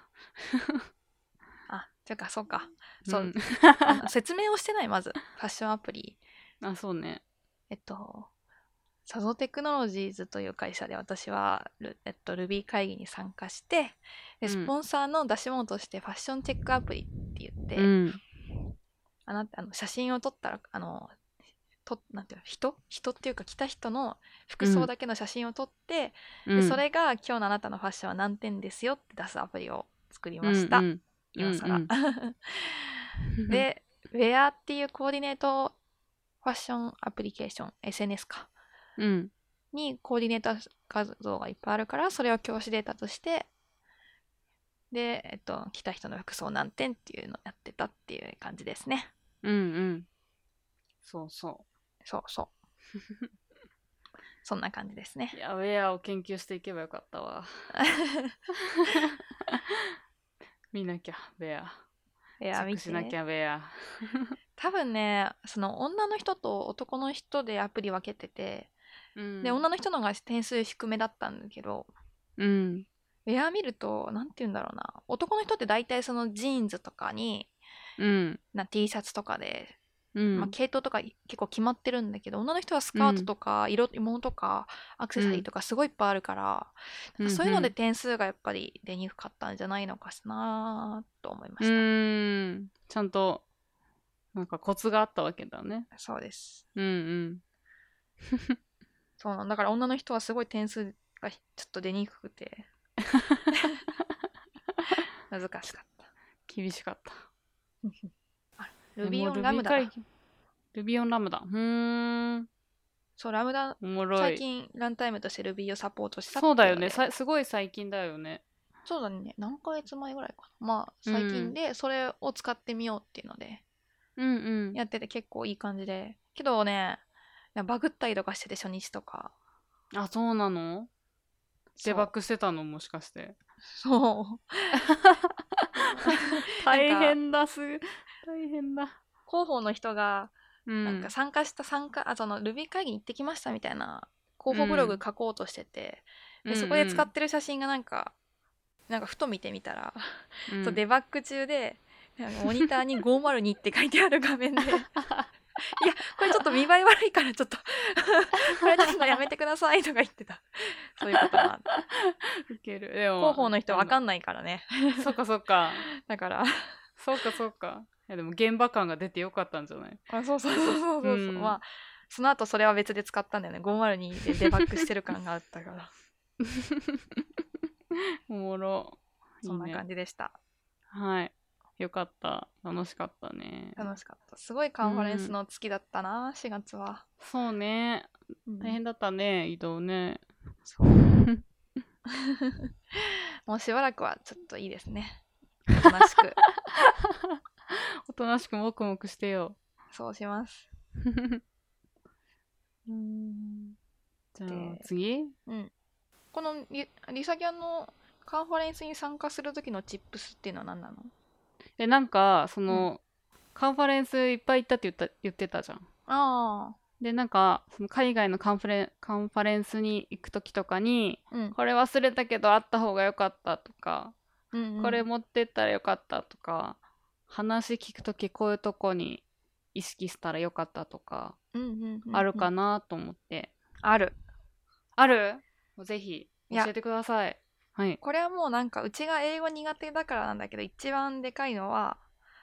ていうかそうか。そう、説明をしてないまずファッションアプリ。 そうね。 サゾテクノロジーズという会社で私はRuby 会議に参加して、でスポンサーの出し物としてファッションチェックアプリって言って、写真を撮ったらなんていうの、人っていうか着た人の服装だけの写真を撮って、でそれが今日のあなたのファッションは何点ですよって出すアプリを作りました。今更。で、ウェアっていうコーディネートファッションアプリケーション、SNS か。にコーディネート画像がいっぱいあるから、それを教師データとして、で、着た人の服装何点っていうのをやってたっていう感じですね。 そうそう。 そんな感じですね。 いや、ウェアを研究していけばよかったわ。見なきゃ、ウェア。チェックしなきゃ、ウェア。 多分ね、その女の人と男の人でアプリ分けてて、で、女の人のが点数低めだったんだけど、ウェア見ると、なんて言うんだろうな。男の人って大体そのジーンズとかに、T シャツとかで、系統とか結構決まってるんだけど、女の人はスカートとか色物とかアクセサリーとかすごいいっぱいあるから、そういうので点数がやっぱり出にくかったんじゃないのかなと思いました。 ちゃんとなんかコツがあったわけだね。 そうです。そうなんだから女の人はすごい点数がちょっと出にくくて難しかった。 厳しかった。 ルビーオンラムダだ。 ルビーオンラムダ。 そう、ラムダ、最近ランタイムとしてルビーをサポートしたってそうだよね。すごい最近だよね。 そうだね。何ヶ月前ぐらいかな。まあ、最近でそれを使ってみようっていうので、やってて結構いい感じで。けどね、バグったりとかしてて初日とか。 そうなの？デバッグしてたのもしかして。 そう。 大変だ。 広報の人が、なんかその Ruby 会議に行ってきましたみたいな広報ブログ書こうとしてて、でそこで使ってる写真がなんかふと見てみたら、そうデバッグ中でモニターに502って書いてある画面でいやこれちょっと見栄え悪いからちょっとこれちょっとやめてくださいとか言ってた。そういうこともあった。 ウケる。 広報の人わかんないからね。 そっか。 だからそうか。いやでも現場感が出てよかったんじゃない？ そう。まあその後それは別で使ったんだよね。502でデバッグしてる感があったから。 おもろ。 そんな感じでした。 はい。よかった。楽しかったね。 楽しかった。すごいカンファレンスの月だったな、4月は。 そうね。大変だったね、移動ね。 そう。もうしばらくはちょっといいですね。 おとなしく。 おとなしくもくもくしてよ。 そうします。 じゃあ次、 このリサギャンのカンファレンスに参加する時のチップスっていうのは何なの？ なんかその、カンファレンスいっぱい行ったって言ってたじゃん。 ああ。 でなんかその海外のカンファレンスに行く時とかに、これ忘れたけどあった方が良かったとか、これ持ってったら良かったとか、話聞く時こういうとこに意識したら良かったとか、あるかなと思って。 あるぜひ教えてください。はい。 これはもうなんかうちが英語苦手だからなんだけど、一番でかいのは、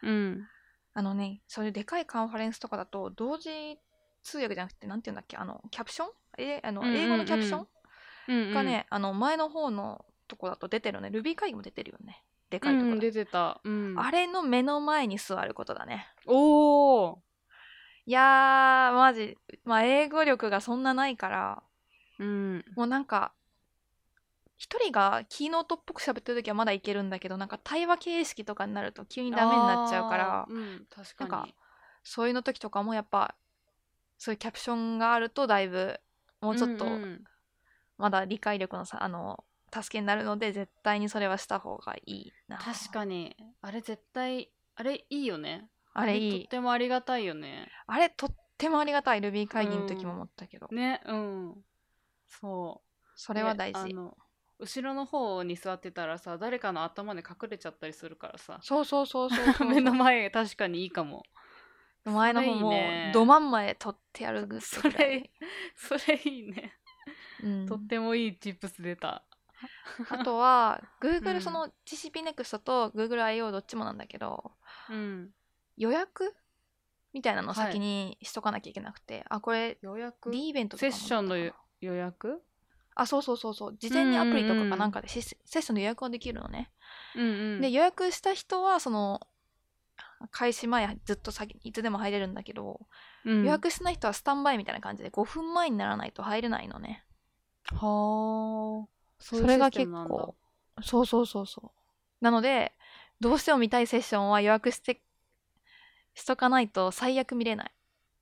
そういうでかいカンファレンスとかだと同時通訳じゃなくて、なんていうんだっけ、キャプション、英語のキャプションがね、前の方のとこだと出てるね。Ruby 会議も出てるよね。でかいとこだ。 出てた。 あれの目の前に座ることだね。 おー。 いやー、マジ、英語力がそんなないから、もうなんか、一人がキーノートっぽく喋ってる時はまだいけるんだけど、なんか対話形式とかになると急にダメになっちゃうから、 確かに。 なんか、そういうの時とかもやっぱ、そういうキャプションがあるとだいぶ、もうちょっと、まだ理解力の助けになるので、絶対にそれはした方がいいな。 確かに。あれ絶対、あれいいよね。 あれいい。 とってもありがたいよね。 あれとってもありがたい。Ruby 会議の時も思ったけど。 ね、そう。 それは大事。 後ろの方に座ってたらさ、誰かの頭で隠れちゃったりするからさ。 そう目の前確かにいいかも。 前の方もど真ん前取ってやるぐそれいいね。とってもいいチップス出た。 あとは Google、その GCP Next と Google I/O どっちもなんだけど、予約みたいなのを先にしとかなきゃいけなくて、これ予約 D イベントとかもセッションの予約、 そう事前にアプリとかかなんかでセッションの予約ができるのね。で予約した人はその開始前ずっといつでも入れるんだけど、予約してない人はスタンバイみたいな感じで5分前にならないと入れないのね。 はあ。 それが結構そうなので、どうしても見たいセッションは予約しとかないと最悪見れない。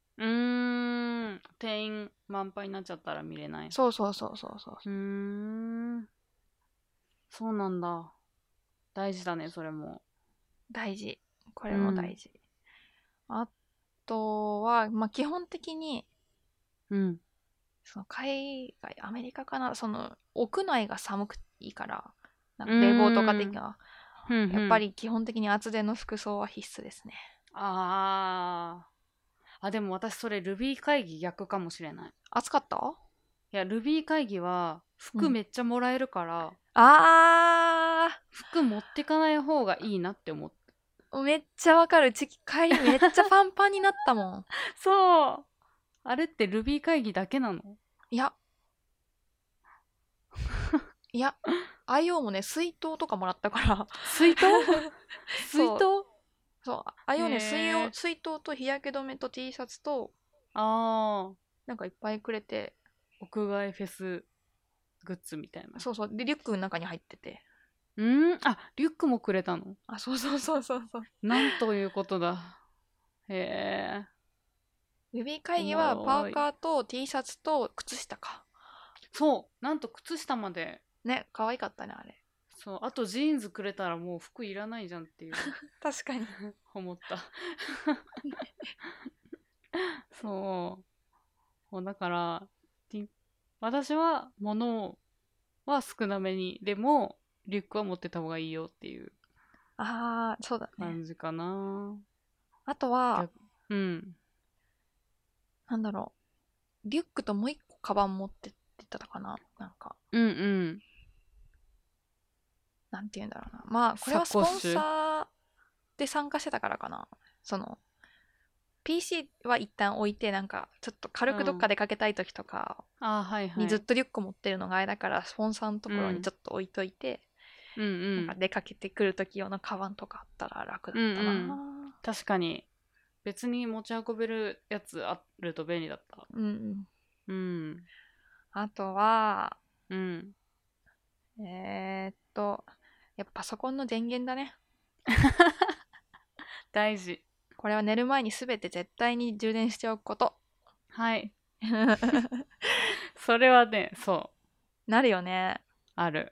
定員満杯になっちゃったら見れない。 そうなんだ。大事だね、それも。 大事。これも大事。あとは、基本的に、その海外、アメリカかな、その屋内が寒くいいから、なんか冷房とか的には、やっぱり基本的に厚手の服装は必須ですね。 でも私それ Ruby 会議逆かもしれない。 暑かった？ いや Ruby 会議は服めっちゃもらえるから、服持ってかない方がいいなって思った。 めっちゃわかる。帰りめっちゃパンパンになったもん。 そう。あれって Ruby 会議だけなの？ いや IO もね、水筒とかもらったから。 水筒そう、IO ね、水筒と日焼け止めと T シャツと、なんかいっぱいくれて。 屋外フェスグッズみたいな。 そう。で、リュックの中に入ってて。 リュックもくれたの？ そう。 なんということだ。へえ。 Ruby 会議はパーカーと T シャツと靴下か。 そう、なんと靴下まで。 ね、可愛かったね、あれ。 そう、あとジーンズくれたらもう服いらないじゃんっていう。 確かに。 思った。そう。だから、私は物は少なめに、でもリュックは持ってた方がいいよっていうそうだね。 感じかな。 あとは、なんだろう。リュックともう一個カバン持ってってたかな、なんか。なんて言うんだろうな。これはスポンサーで参加してたからかな。その PC は一旦置いて、なんかちょっと軽くどっか出かけたい時とかにずっとリュック持ってるのがあれだから、スポンサーのところにちょっと置いといて、なんか出かけてくる時用のカバンとかあったら楽だったな。 確かに別に持ち運べるやつあると便利だった。 あとはやっぱパソコンの電源だね。 大事。 これは寝る前に全て絶対に充電しておくこと。 はい。それはね、そう。 なるよね。 ある。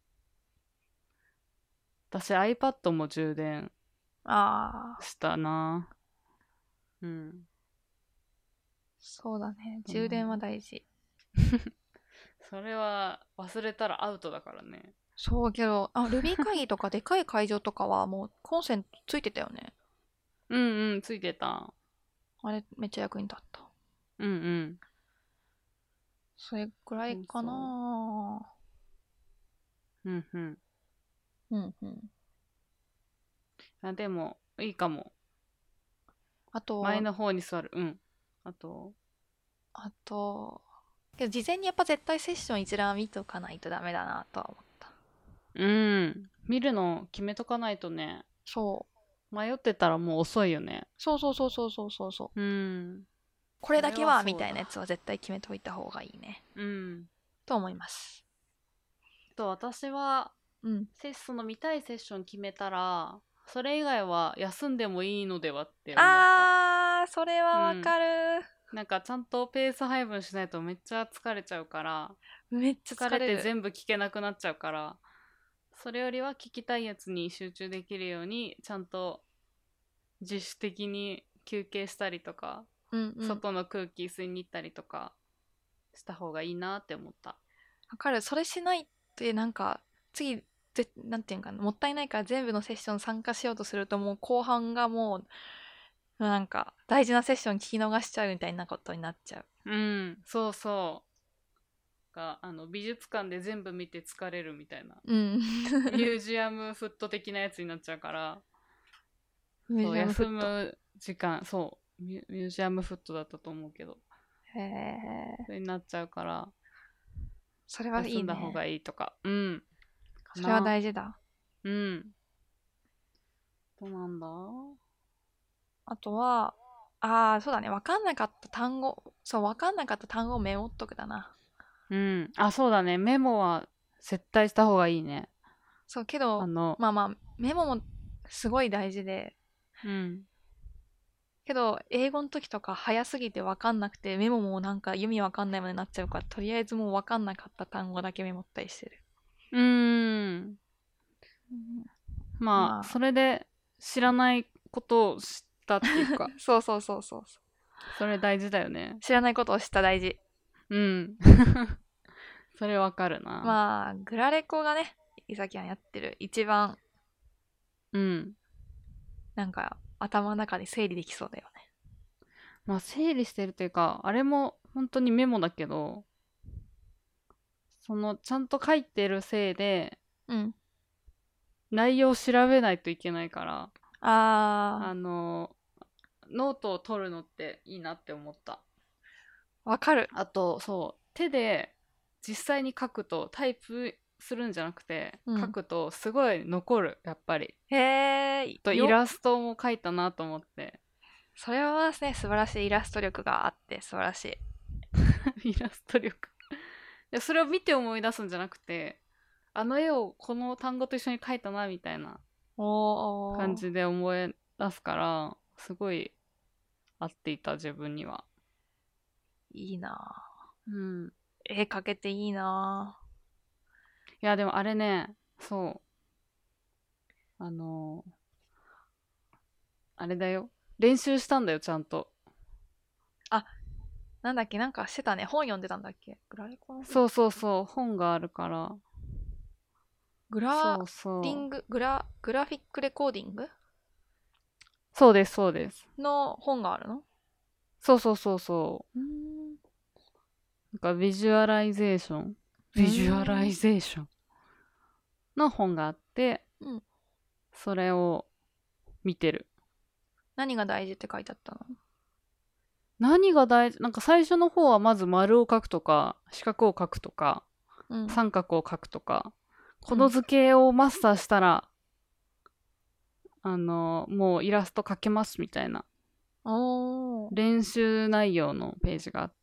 私 iPad も充電したな。うん。 そうだね。充電は大事。 それは忘れたらアウトだからね。 そうけど、ルビー会議とかでかい会場とかはもうコンセントついてたよね。 うんうん、ついてた。 あれめっちゃ役に立った。 うんうん。 それくらいかな。 うんうん。 うんうん。 でも、いいかも。 あと、 前の方に座る。うん。あと、 けど事前にやっぱ絶対セッション一覧見とかないとダメだなとは思った。 うん。見るの決めとかないとね。 そう。 迷ってたらもう遅いよね。 そうそうそうそうそうそうそう。 うん。 これだけはみたいなやつは絶対決めといた方がいいね。 うん。 と思います。 私は、その見たいセッション決めたら、それ以外は休んでもいいのではって思った。 それはわかる、 なんかちゃんとペース配分しないとめっちゃ疲れちゃうから、 めっちゃ疲れる。 疲れて全部聞けなくなっちゃうから、それよりは聞きたいやつに集中できるようにちゃんと自主的に休憩したりとか、外の空気吸いに行ったりとかした方がいいなって思った。 わかる。それしないってなんか次なんていうかな、もったいないから全部のセッション参加しようとするともう後半がもうなんか大事なセッション聞き逃しちゃうみたいなことになっちゃう。 うん、そうそう。美術館で全部見て疲れるみたいな、ミュージアムフット的なやつになっちゃうから、そう休む時間、そうミュージアムフットだったと思うけど、それになっちゃうから、 それはいいね。 休んだ方がいいとか、うん。 それは大事だ。 うん。どうなんだ？ あとは、そうだね。分かんなかった単語をメモっとくだな。 うん。そうだね。メモは絶対した方がいいね。 そうけど、まあまあ、メモもすごい大事で。 うん。 けど、英語の時とか早すぎて分かんなくて、メモもなんか意味分かんないまでになっちゃうから、とりあえずもう分かんなかった単語だけメモったりしてる。 まあ、それで知らないことを知ったっていうか。 そうそうそうそう。 それ大事だよね。 知らないことを知った大事。 うん。それわかるな。 まあ、グラレコがね、イサキはやってる一番、なんか頭の中で整理できそうだよね。 まあ、整理してるというか、あれも本当にメモだけど、ちゃんと書いてるせいで、内容を調べないといけないから、ノートを取るのっていいなって思った。 わかる。 あと、そう、手で実際に書くと、タイプするんじゃなくて、書くとすごい残る、やっぱり。 へと、イラストも書いたなと思って。 それはね、素晴らしいイラスト力があって素晴らしい。イラスト力。それを見て思い出すんじゃなくて、あの絵をこの単語と一緒に描いたなみたいな感じで思い出すから、すごい合っていた、自分には。 いいなぁ。うん。 絵描けていいなぁ。 いや、でもあれね、そう。あれだよ。練習したんだよ、ちゃんと。 なんだっけ、なんかしてたね。本読んでたんだっけ。グラレコの本。 そうそうそう、本があるから。 グラフィックレコーディングそうです、そうです。 の本があるの？ そうそうそうそう。なんかビジュアライゼーションの本があって、それを見てる。 何が大事って書いてあったの？ 何が大事？なんか最初の方はまず丸を書くとか、四角を書くとか、三角を書くとか、この図形をマスターしたら、もうイラスト描けますみたいな練習内容のページがあって、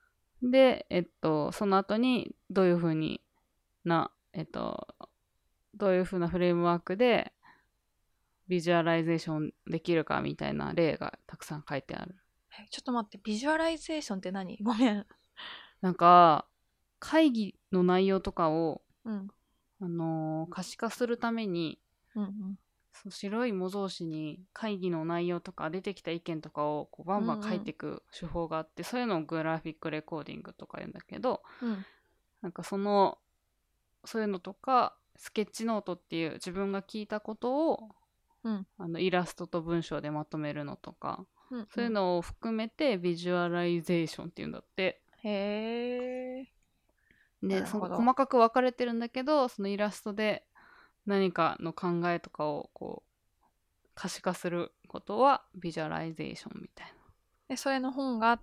で、その後にどういう風にな、 どういう風なフレームワークでビジュアライゼーションできるかみたいな例がたくさん書いてある。 ちょっと待って、ビジュアライゼーションって何？ごめん。 なんか会議の内容とかを、 うん、 可視化するために、 うんうん、 その白い模造紙に会議の内容とか出てきた意見とかをこうバンバン書いていく手法があって、そういうのをグラフィックレコーディングとか言うんだけど、なんかそういうのとかスケッチノートっていう自分が聞いたことを、イラストと文章でまとめるのとか、そういうのを含めてビジュアライゼーションっていうんだって。 へえ。 で、細かく分かれてるんだけど、そのイラストで何かの考えとかをこう可視化することはビジュアライゼーションみたいな。 でそれの本があって、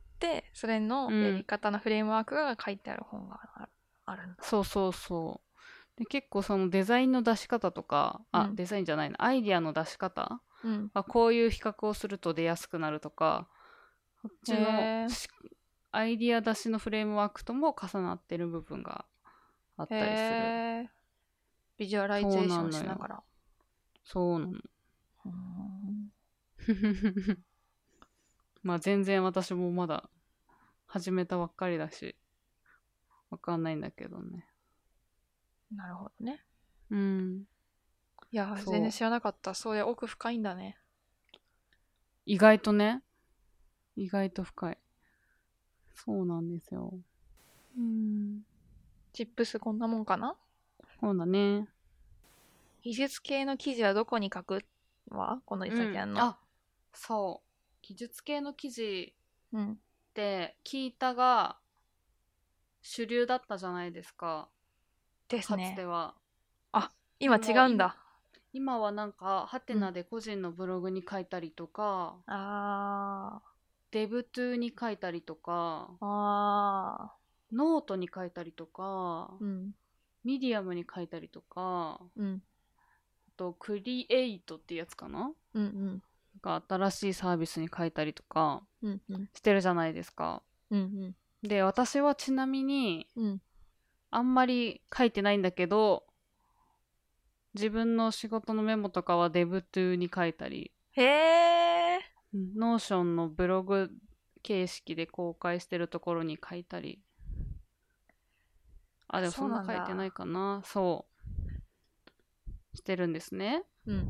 それのやり方のフレームワークが書いてある本があるんだ。 そうそうそう。で結構そのデザインの出し方とか、デザインじゃないな、アイディアの出し方、こういう比較をすると出やすくなるとか、こっちのアイディア出しのフレームワークとも重なってる部分があったりする。 ビジュアライゼーションしながら。 そうなの。まあ全然私もまだ始めたばっかりだしわかんないんだけどね。 なるほどね。 うん。 いや全然知らなかった。そういう奥深いんだね。 意外とね。意外と深い。そうなんですよ。 チップスこんなもんかな？ そうだね。 技術系の記事はどこに書くわ？このイサキャンの。 あ、そう。技術系の記事って聞いたが主流だったじゃないですか。 ですね。 かつては。 あ、今違うんだ。 今はなんかハテナで個人のブログに書いたりとか、デブトゥに書いたりとか、ノートに書いたりとか、ミディアムに書いたりとか、あとクリエイトっていうやつかな、なんか新しいサービスに書いたりとかしてるじゃないですか。で、私はちなみに、あんまり書いてないんだけど、自分の仕事のメモとかはデブトゥに書いたり、ノーションのブログ形式で公開してるところに書いたり。でもそんな書いてないかな。そうしてるんですね。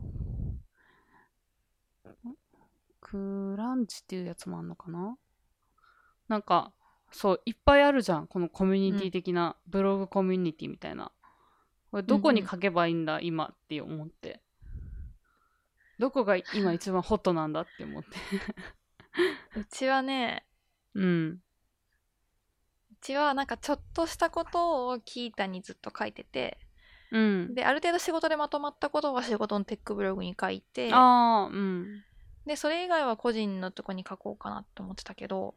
クランチっていうやつもあんのかな。なんかそういっぱいあるじゃん、このコミュニティ的な、ブログコミュニティみたいな。これどこに書けばいいんだ、今って思って、どこが今一番ホットなんだって思ってうちはね、うちはなんかちょっとしたことをキータにずっと書いてて、である程度仕事でまとまったことは仕事のテックブログに書いて、でそれ以外は個人のとこに書こうかなと思ってたけど、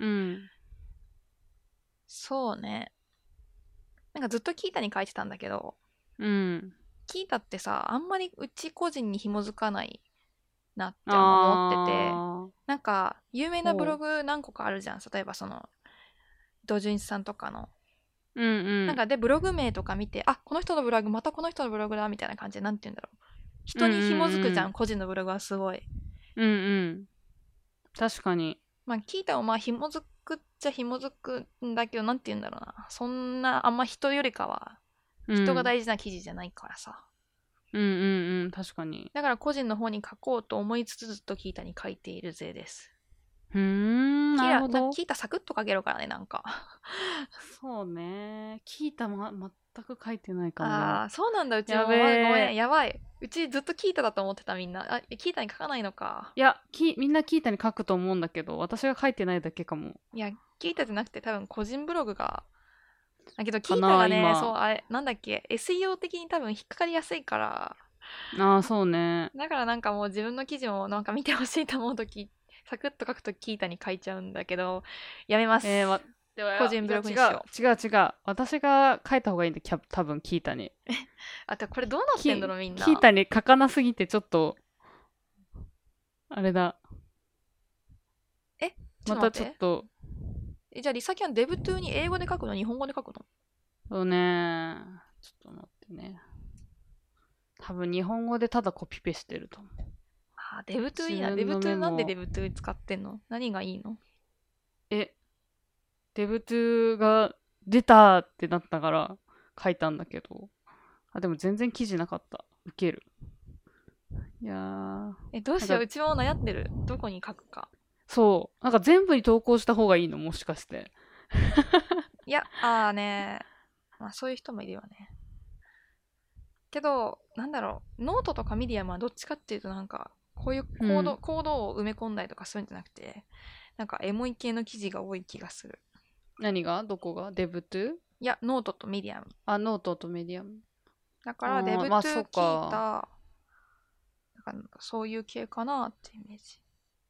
そうね、なんかずっとキータに書いてたんだけど、キータってさ、あんまりうち個人に紐づかないなって思ってて、なんか有名なブログ何個かあるじゃん。例えばそのドジュンスさんとかの、なんかでブログ名とか見て、この人のブログまたこの人のブログだみたいな感じで、なんて言うんだろう、人に紐づくじゃん、個人のブログはすごい。 確かに。 まあキータもまあ紐づくっちゃ紐づくんだけど、なんて言うんだろうな、そんなあんま人よりかは人が大事な記事じゃないからさ。 確かに。 だから個人の方に書こうと思いつつずっとキータに書いているぜです。 なるほど。 キータサクッと書けるからね、なんかそうね。キータも全く書いてないかも。 そうなんだ。うちもごめん、やばい。うちずっとキータだと思ってた、みんな。キータに書かないのか。 いや、みんなキータに書くと思うんだけど、私が書いてないだけかも。 いや、キータじゃなくて多分個人ブログが。だけどキータがね、そう、あれ、なんだっけ、SEO 的に多分引っかかりやすいから。 そうね。 だからなんかもう自分の記事もなんか見てほしいと思うとき、サクッと書くとキータに書いちゃうんだけど、やめます。個人ブログにしよう。違う。私が書いた方がいいんで、多分キータに。 これどうなってんだろう、みんな。 キータに書かなすぎてちょっと、あれだ。またちょっと。 じゃあリサキャンデブトゥに英語で書くの、日本語で書くの？ そうね。ちょっと待ってね。 多分日本語でただコピペしてると思う。 あ、デブトゥいいな。デブトゥなんでデブトゥ使ってんの？何がいいの？ デブトゥが出たってなったから書いたんだけど、でも全然記事なかった。ウケる。いやどうしよう。うちも悩んでる。どこに書くか。 そう。なんか全部に投稿した方がいいの？もしかして。 いや、ね。まあそういう人もいるよね。けど、なんだろう。ノートとかミディアムはどっちかっていうとなんか、こういうコードを埋め込んだりとかするんじゃなくて、なんかエモい系の記事が多い気がする。 何が？どこが？デブトゥ？ いや、ノートとミディアム。 ノートとメディアム。 だからデブトゥ聞いた、なんかそういう系かなってイメージ。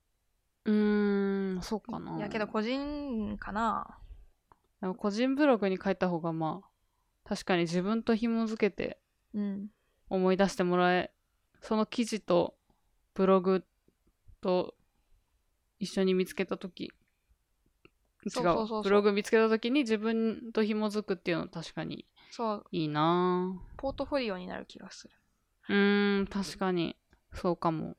そうかな。 いやけど個人かな。 でも個人ブログに書いた方が確かに自分と紐づけて思い出してもらえ、その記事とブログと一緒に見つけたとき、ブログ見つけたときに自分と紐づくっていうのは確かにいいな。 ポートフォリオになる気がする。 確かにそうかも。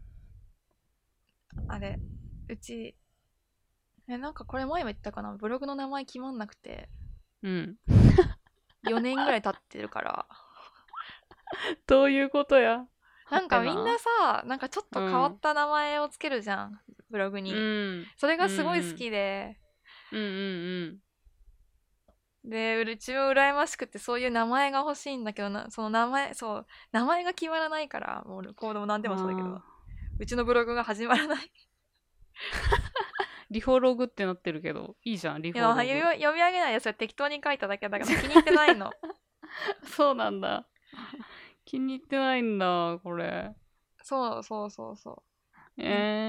あれ、うちなんかこれ前も言ったかな、ブログの名前決まんなくて、4年ぐらい経ってるからどういうことや。 なんかみんなさ、なんかちょっと変わった名前をつけるじゃん、ブログに。それがすごい好きで、で、うちも羨ましくてそういう名前が欲しいんだけどその名前が決まらないから、もうコードも何でもそうだけど、うちのブログが始まらないリフォログってなってるけど、いいじゃん、リフォログ。 読み上げないやつは適当に書いただけだから気に入ってないの。 そうなんだ。気に入ってないんだ、これ。 そう。い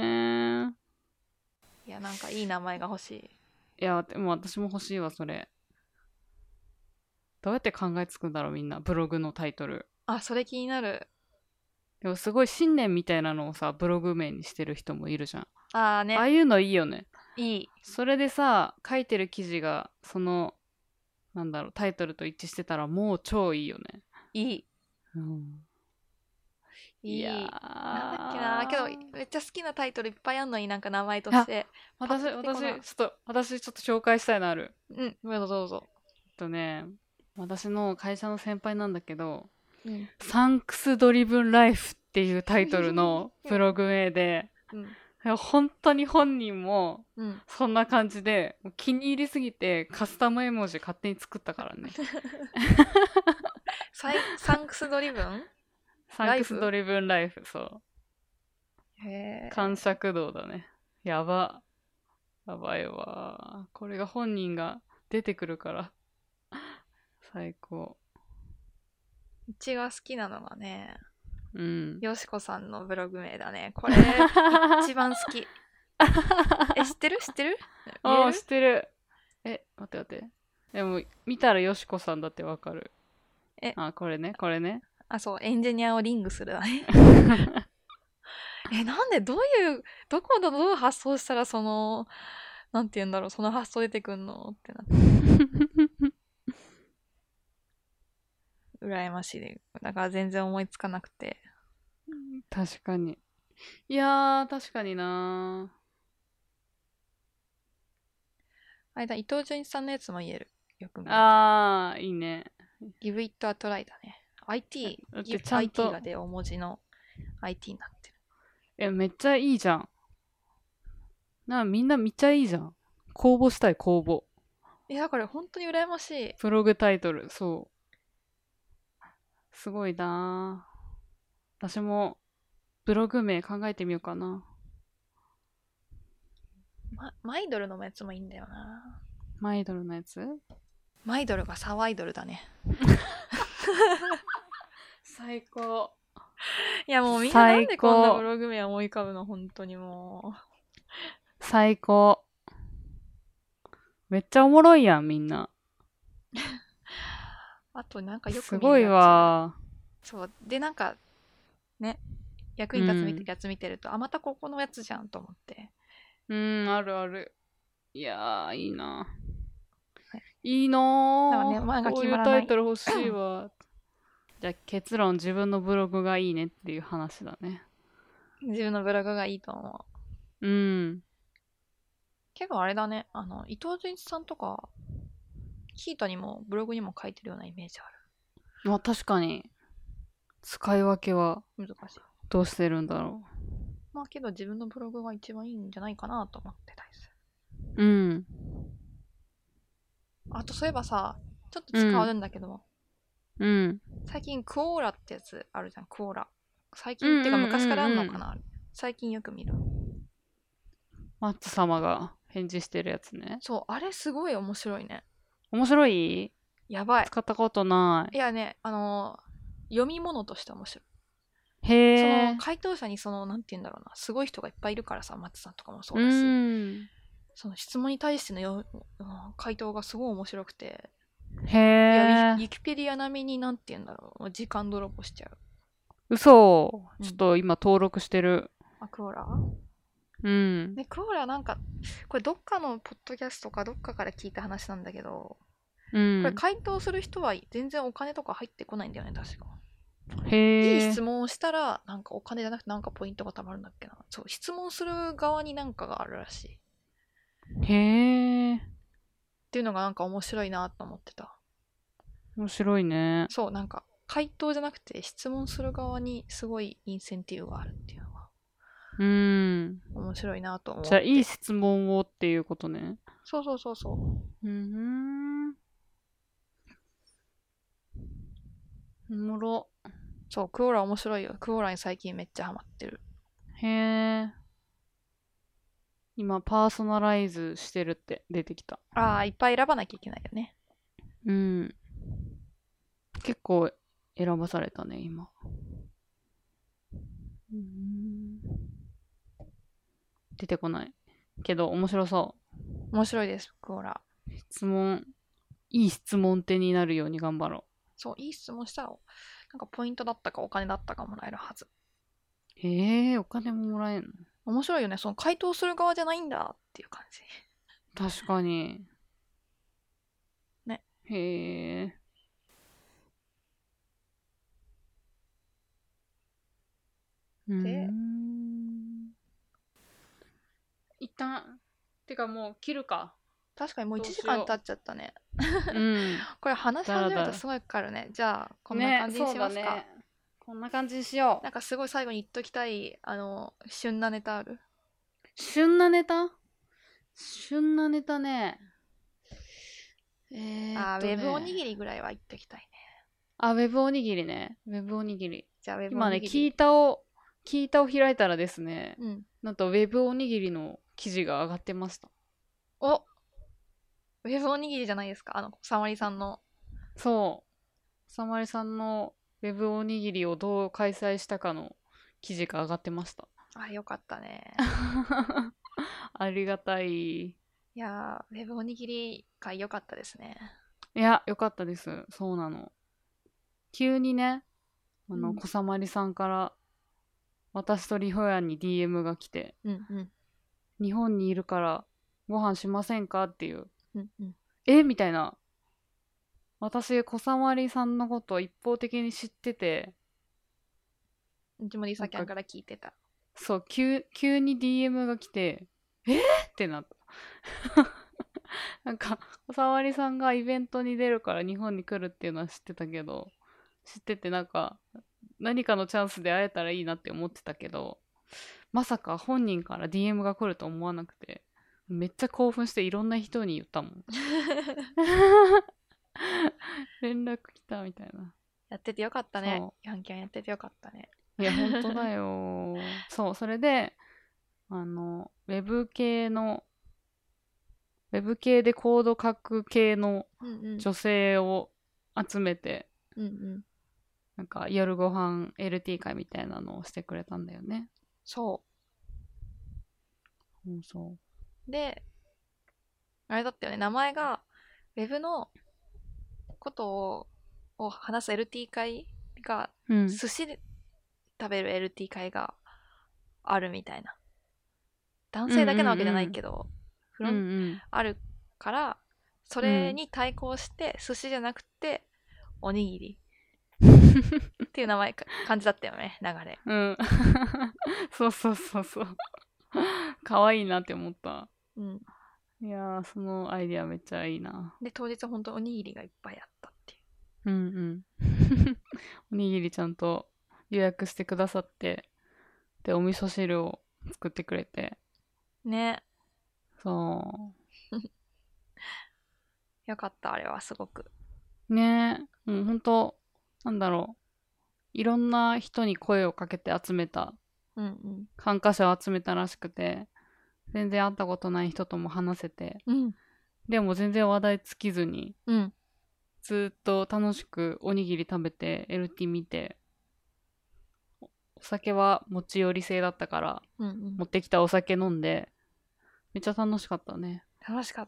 や、なんかいい名前が欲しい。 いや、でも私も欲しいわ、それ。どうやって考えつくんだろう、みんな。ブログのタイトル。 それ気になる。 でもすごい信念みたいなのをさ、ブログ名にしてる人もいるじゃん。 ね。 ああいうのいいよね。 いい。 それでさ、書いてる記事が、タイトルと一致してたらもう超いいよね。 いい。 いやー。 なんだっけな。けど、めっちゃ好きなタイトルいっぱいあんのに、なんか名前として。 私ちょっと紹介したいのある。 どうぞ。 私の会社の先輩なんだけど、サンクスドリブンライフっていうタイトルのブログ名で、本当に本人もそんな感じで、気に入りすぎてカスタム絵文字勝手に作ったからね。 サンクスドリブン？ サンクスドリブンライフ、そう。感謝動だね。やばいわ。これが本人が出てくるから最高。 うちが好きなのがね、よしこさんのブログ名だね。これ一番好き。知ってる？知ってる。 待って。でも見たらよしこさんだってわかる。これね。 そう、エンジニアをリングするだね。なんでどこでどう発想したらなんて言うんだろう、その発想出てくんのってなって。羨ましいで。だから全然思いつかなくて。 確かに。いやー、確かになー。伊藤潤一さんのやつも言える。よく見る。 いいね。 Give it a try だね。IT がで大文字の IT になってる。めっちゃいいじゃん。みんなめっちゃいいじゃん。公募したい、公募。 だから本当に羨ましい。 ブログタイトル、そう。すごいな私もブログ名考えてみようかな。 マイドルのやつもいいんだよな。 マイドルのやつ？ マイドルがサワイドルだね。 最高。 いやもうみんななんでこんなブログ名思い浮かぶの？本当にもう。 最高。めっちゃおもろいやん、みんな。 あとなんかよく見るやつ。 すごいわ。 そう。で、なんか、ね、役に立つやつ見てると、またここのやつじゃんと思って。 ある。いやー、いいな。いいなー。 なんかね、漫画こういうタイトル欲しいわ。 じゃあ結論、自分のブログがいいねっていう話だね。 自分のブログがいいと思う。うん。 結構あれだね。伊藤純一さんとか、キータにもブログにも書いてるようなイメージある。まあ確かに、使い分けは難しい。 どうしてるんだろう。まあけど自分のブログが一番いいんじゃないかなと思ってたりする。うん。 あとそういえばさ、ちょっと使うんだけど、 うん。 最近クオーラってやつあるじゃん、クオーラ。最近ってか昔からあんのかな、最近よく見る。 マッツ様が返事してるやつね。 そう、あれすごい面白いね。 面白い？ やばい。 使ったことない。 いやね、読み物として面白い。 へえ。 その回答者になんて言うんだろうな、すごい人がいっぱいいるからさ、松さんとかもそうだし、その質問に対しての回答がすごい面白くて、 へえ。 いや、ウィキペディア並みになんて言うんだろう、時間泥棒しちゃう。 嘘、ちょっと今登録してる。 あ、クオーラうん。 ね、クオーラなんか、これどっかのポッドキャストかどっかから聞いた話なんだけど、 うん、 これ回答する人は全然お金とか入ってこないんだよね、確か。 へいい質問をしたら、なんかお金じゃなくてなんかポイントがたまるんだっけな。そう、質問する側になんかがあるらしい。 へえ。 っていうのがなんか面白いなと思ってた。 面白いね。 そう、なんか回答じゃなくて質問する側にすごいインセンティブがあるっていうのが面白いなと思って。 じゃあいい質問をっていうことね。 そうそうそうそう。 おもろ。 そう、クオーラ面白いよ。クオーラに最近めっちゃハマってる。 へえ。今パーソナライズしてるって出てきた。 ああ、いっぱい選ばなきゃいけないよね。 うん。結構選ばされたね、今。出てこない。けど面白そう。 面白いです、クオーラ。 いい質問手になるように頑張ろう。 そう、いい質問したら、なんかポイントだったかお金だったかもらえるはず。 へえ、お金ももらえんの？ 面白いよね。その回答する側じゃないんだっていう感じ。 確かに。 ね。 へえ。 で、 一旦、てかもう切るか。 確かにもう1時間経っちゃったね。 うん。 これ話し始めるとすごいかかるね。じゃあ、こんな感じにしますか。 ね、こんな感じにしよう。 なんかすごい最後に言っときたい、旬なネタある？ 旬なネタね。 ウェブおにぎりぐらいは言っときたいね。 ウェブおにぎりね。ウェブおにぎり。 じゃあ、ウェブおにぎり。 今ね、キータを開いたらですね、なんとウェブおにぎりの記事が上がってました。 お、ウェブおにぎりじゃないですか、さまりさんの。 そう。さまりさんのウェブおにぎりをどう開催したかの記事が上がってました。 よかったね。 ありがたい。 いやー、ウェブおにぎり会良かったですね。 いや、良かったです。そうなの。急にね、小さまりさんから、私とリホヤンに DM が来て、日本にいるからご飯しませんかっていう。みたいな。私、小さまりさんのことを一方的に知ってて、 うちもリサキャンから聞いてた。 そう、急に DM が来て、ってなった。なんか、小さまりさんがイベントに出るから日本に来るっていうのは知ってたけど、知っててなんか、何かのチャンスで会えたらいいなって思ってたけど、まさか本人から DM が来ると思わなくて、めっちゃ興奮していろんな人に言ったもん。連絡来たみたいな。 やっててよかったね。ヤンキャンやっててよかったね。 いや、本当だよ。そう、それで、ウェブ系でコード書く系の女性を集めて、なんか夜ご飯 LT 会みたいなのをしてくれたんだよね。 そう。で、あれだったよね。名前が、ウェブのことを話す LT 会が、寿司で食べる LT 会があるみたいな。男性だけなわけじゃないけど、あるから、それに対抗して、寿司じゃなくて、おにぎりっていう感じだったよね、流れ。 うん。そうそうそうそう。可愛いなって思った。うん。いやー、そのアイディアめっちゃいいな。 で、当日ほんとおにぎりがいっぱいあったっていう。 うんうん。おにぎりちゃんと予約してくださって、で、お味噌汁を作ってくれて。 ね。 そう。 よかった、あれはすごく。 ねえ。もうほんと、なんだろう。いろんな人に声をかけて集めた、参加者を集めたらしくて、全然会ったことない人とも話せて、うん、でも全然話題尽きずに、うん、ずっと楽しくおにぎり食べて LT 見て、お酒は持ち寄り制だったから、持ってきたお酒飲んで、めっちゃ楽しかったね。 楽しかった。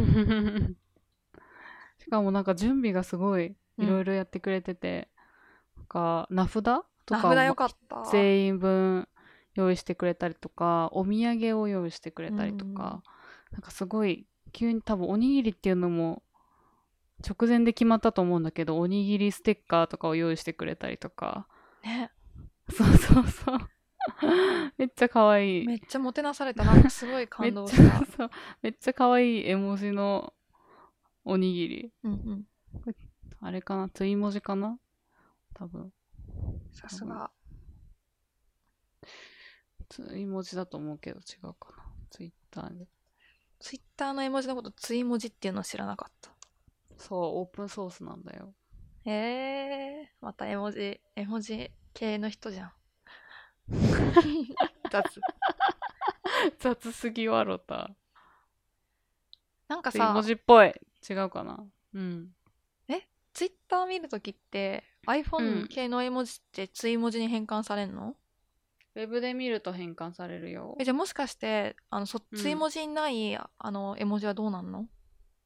しかもなんか準備がすごいいろいろやってくれてて、名札とかを全員分用意してくれたりとか、お土産を用意してくれたりとか、なんかすごい急に多分おにぎりっていうのも直前で決まったと思うんだけど、おにぎりステッカーとかを用意してくれたりとか。ね。そうそうそう。めっちゃ可愛い。 めっちゃもてなされた。なんかすごい感動した。 そう。めっちゃ可愛い絵文字のおにぎり。あれかな、つい文字かな多分。 さすが。 つい文字だと思うけど違うかな。ツイッターで。 ツイッターの絵文字のことつい文字っていうのを知らなかった。 そう、オープンソースなんだよ。 へえー、また絵文字系の人じゃん。 雑すぎわろた。 なんかさ、 つい文字っぽい。違うかな。うん。 ツイッター見るときって iPhone 系の絵文字ってつい文字に変換されんの？ ウェブで見ると変換されるよ。 じゃあもしかしてつい文字にない、絵文字はどうなんの？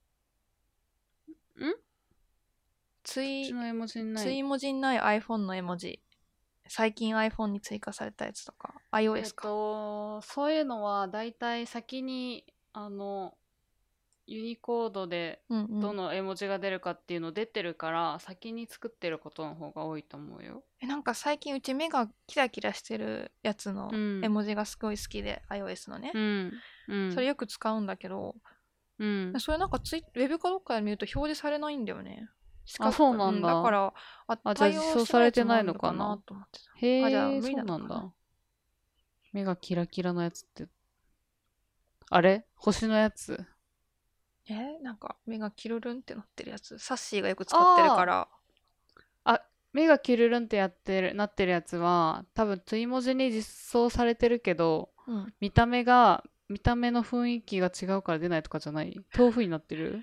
つい文字にない iPhone の絵文字、最近 iPhone に追加されたやつとか iOS か、 そういうのはだいたい先にユニコードでどの絵文字が出るかっていうの出てるから、先に作ってることの方が多いと思うよ。 なんか最近うち目がキラキラしてるやつの絵文字がすごい好きで、iOS のね、それよく使うんだけど、それなんかウェブかどっかで見ると表示されないんだよね。 そうなんだ。 だからじゃあ実装されてないのかなと思ってた。 へえ、じゃあ無理なのかな。そうなんだ。目がキラキラのやつってあれ星のやつ？ なんか目がキルルンってなってるやつ、サッシーがよく使ってるから。 目がキルルンってなってるやつは多分ツイ文字に実装されてるけど、見た目の雰囲気が違うから出ないとかじゃない？豆腐になってる？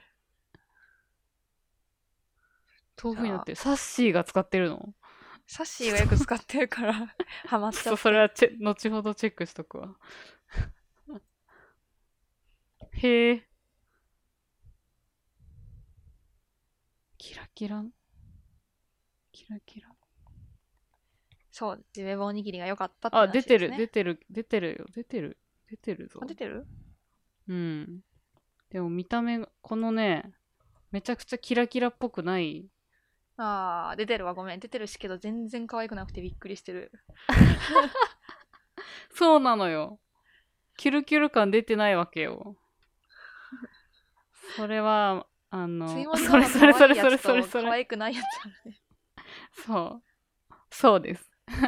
豆腐になってる。サッシーが使ってるの？ サッシーがよく使ってるからハマっちゃって。 それは後ほどチェックしとくわ。へえ。キラキラ。 そう、ウェブおにぎりが良かったって話ですね。 出てるよ。出てるぞ。 出てる？ うん。でも見た目、このね、めちゃくちゃキラキラっぽくない？ 出てるわ、ごめん。出てるしけど全然可愛くなくてびっくりしてる。 そうなのよ。キュルキュル感出てないわけよ。それは、それ。 可愛くないやつあるね。 そうです。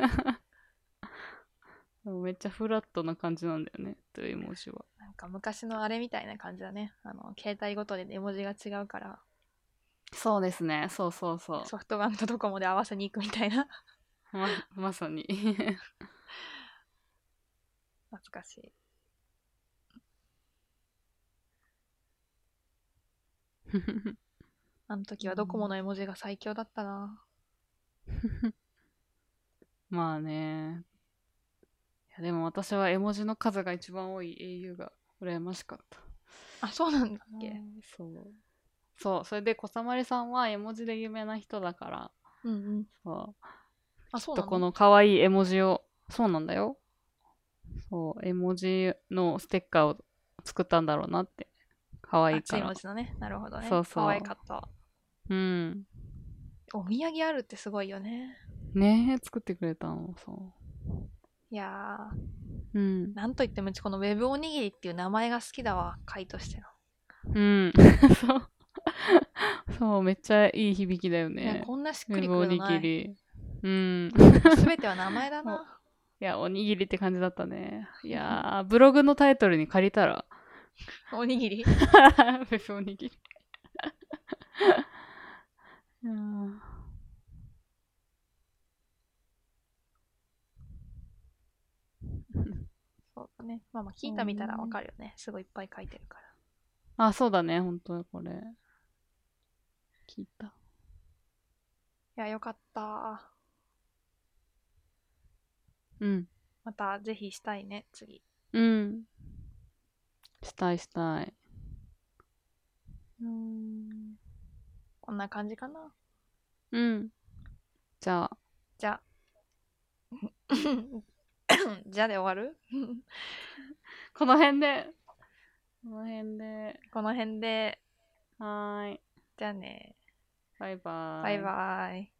めっちゃフラットな感じなんだよね、という絵文字は。 なんか昔のあれみたいな感じだね。携帯ごとで絵文字が違うから。 そうですね、そう。ソフトバンクとドコモで合わせに行くみたいな。 まさに。 懐かしい。あの時はドコモの絵文字が最強だったな。 まあね。いやでも私は絵文字の数が一番多い au が羨ましかった。 そうなんだっけ？ そう。それで小さまりさんは絵文字で有名な人だから。そう。きっとこの可愛い絵文字を、そうなんだよ。そう、絵文字のステッカーを作ったんだろうなって。可愛いから。 絵文字のね。なるほどね。可愛かった。 うん。 お土産あるってすごいよね。 ねえ、作ってくれたの、そいやう。うん。 なんといってもこのウェブおにぎりっていう名前が好きだわ、貝としての。 うん。そう。そう、めっちゃいい響きだよね、 ね。 こんなしっウくりくェブおにるのない。 ぎり。うん。 すべては名前だな。 いや、おにぎりって感じだったね。いやー、ブログのタイトルに借りたら。 おにぎりウェブおにぎり。いやーそうだね。まあまあ、聞いた見たらわかるよね。すごいいっぱい書いてるから。 あ、そうだね、本当にこれ。聞いた。 いや、よかった。 うん。 またぜひしたいね、次。 うん。したいしたい。 こんな感じかな。 うん。じゃあ。 じゃあ。じゃあで終わるこの辺で。この辺で。 この辺で。 はーい。 じゃあね。 バイバーイ。 バイバーイ。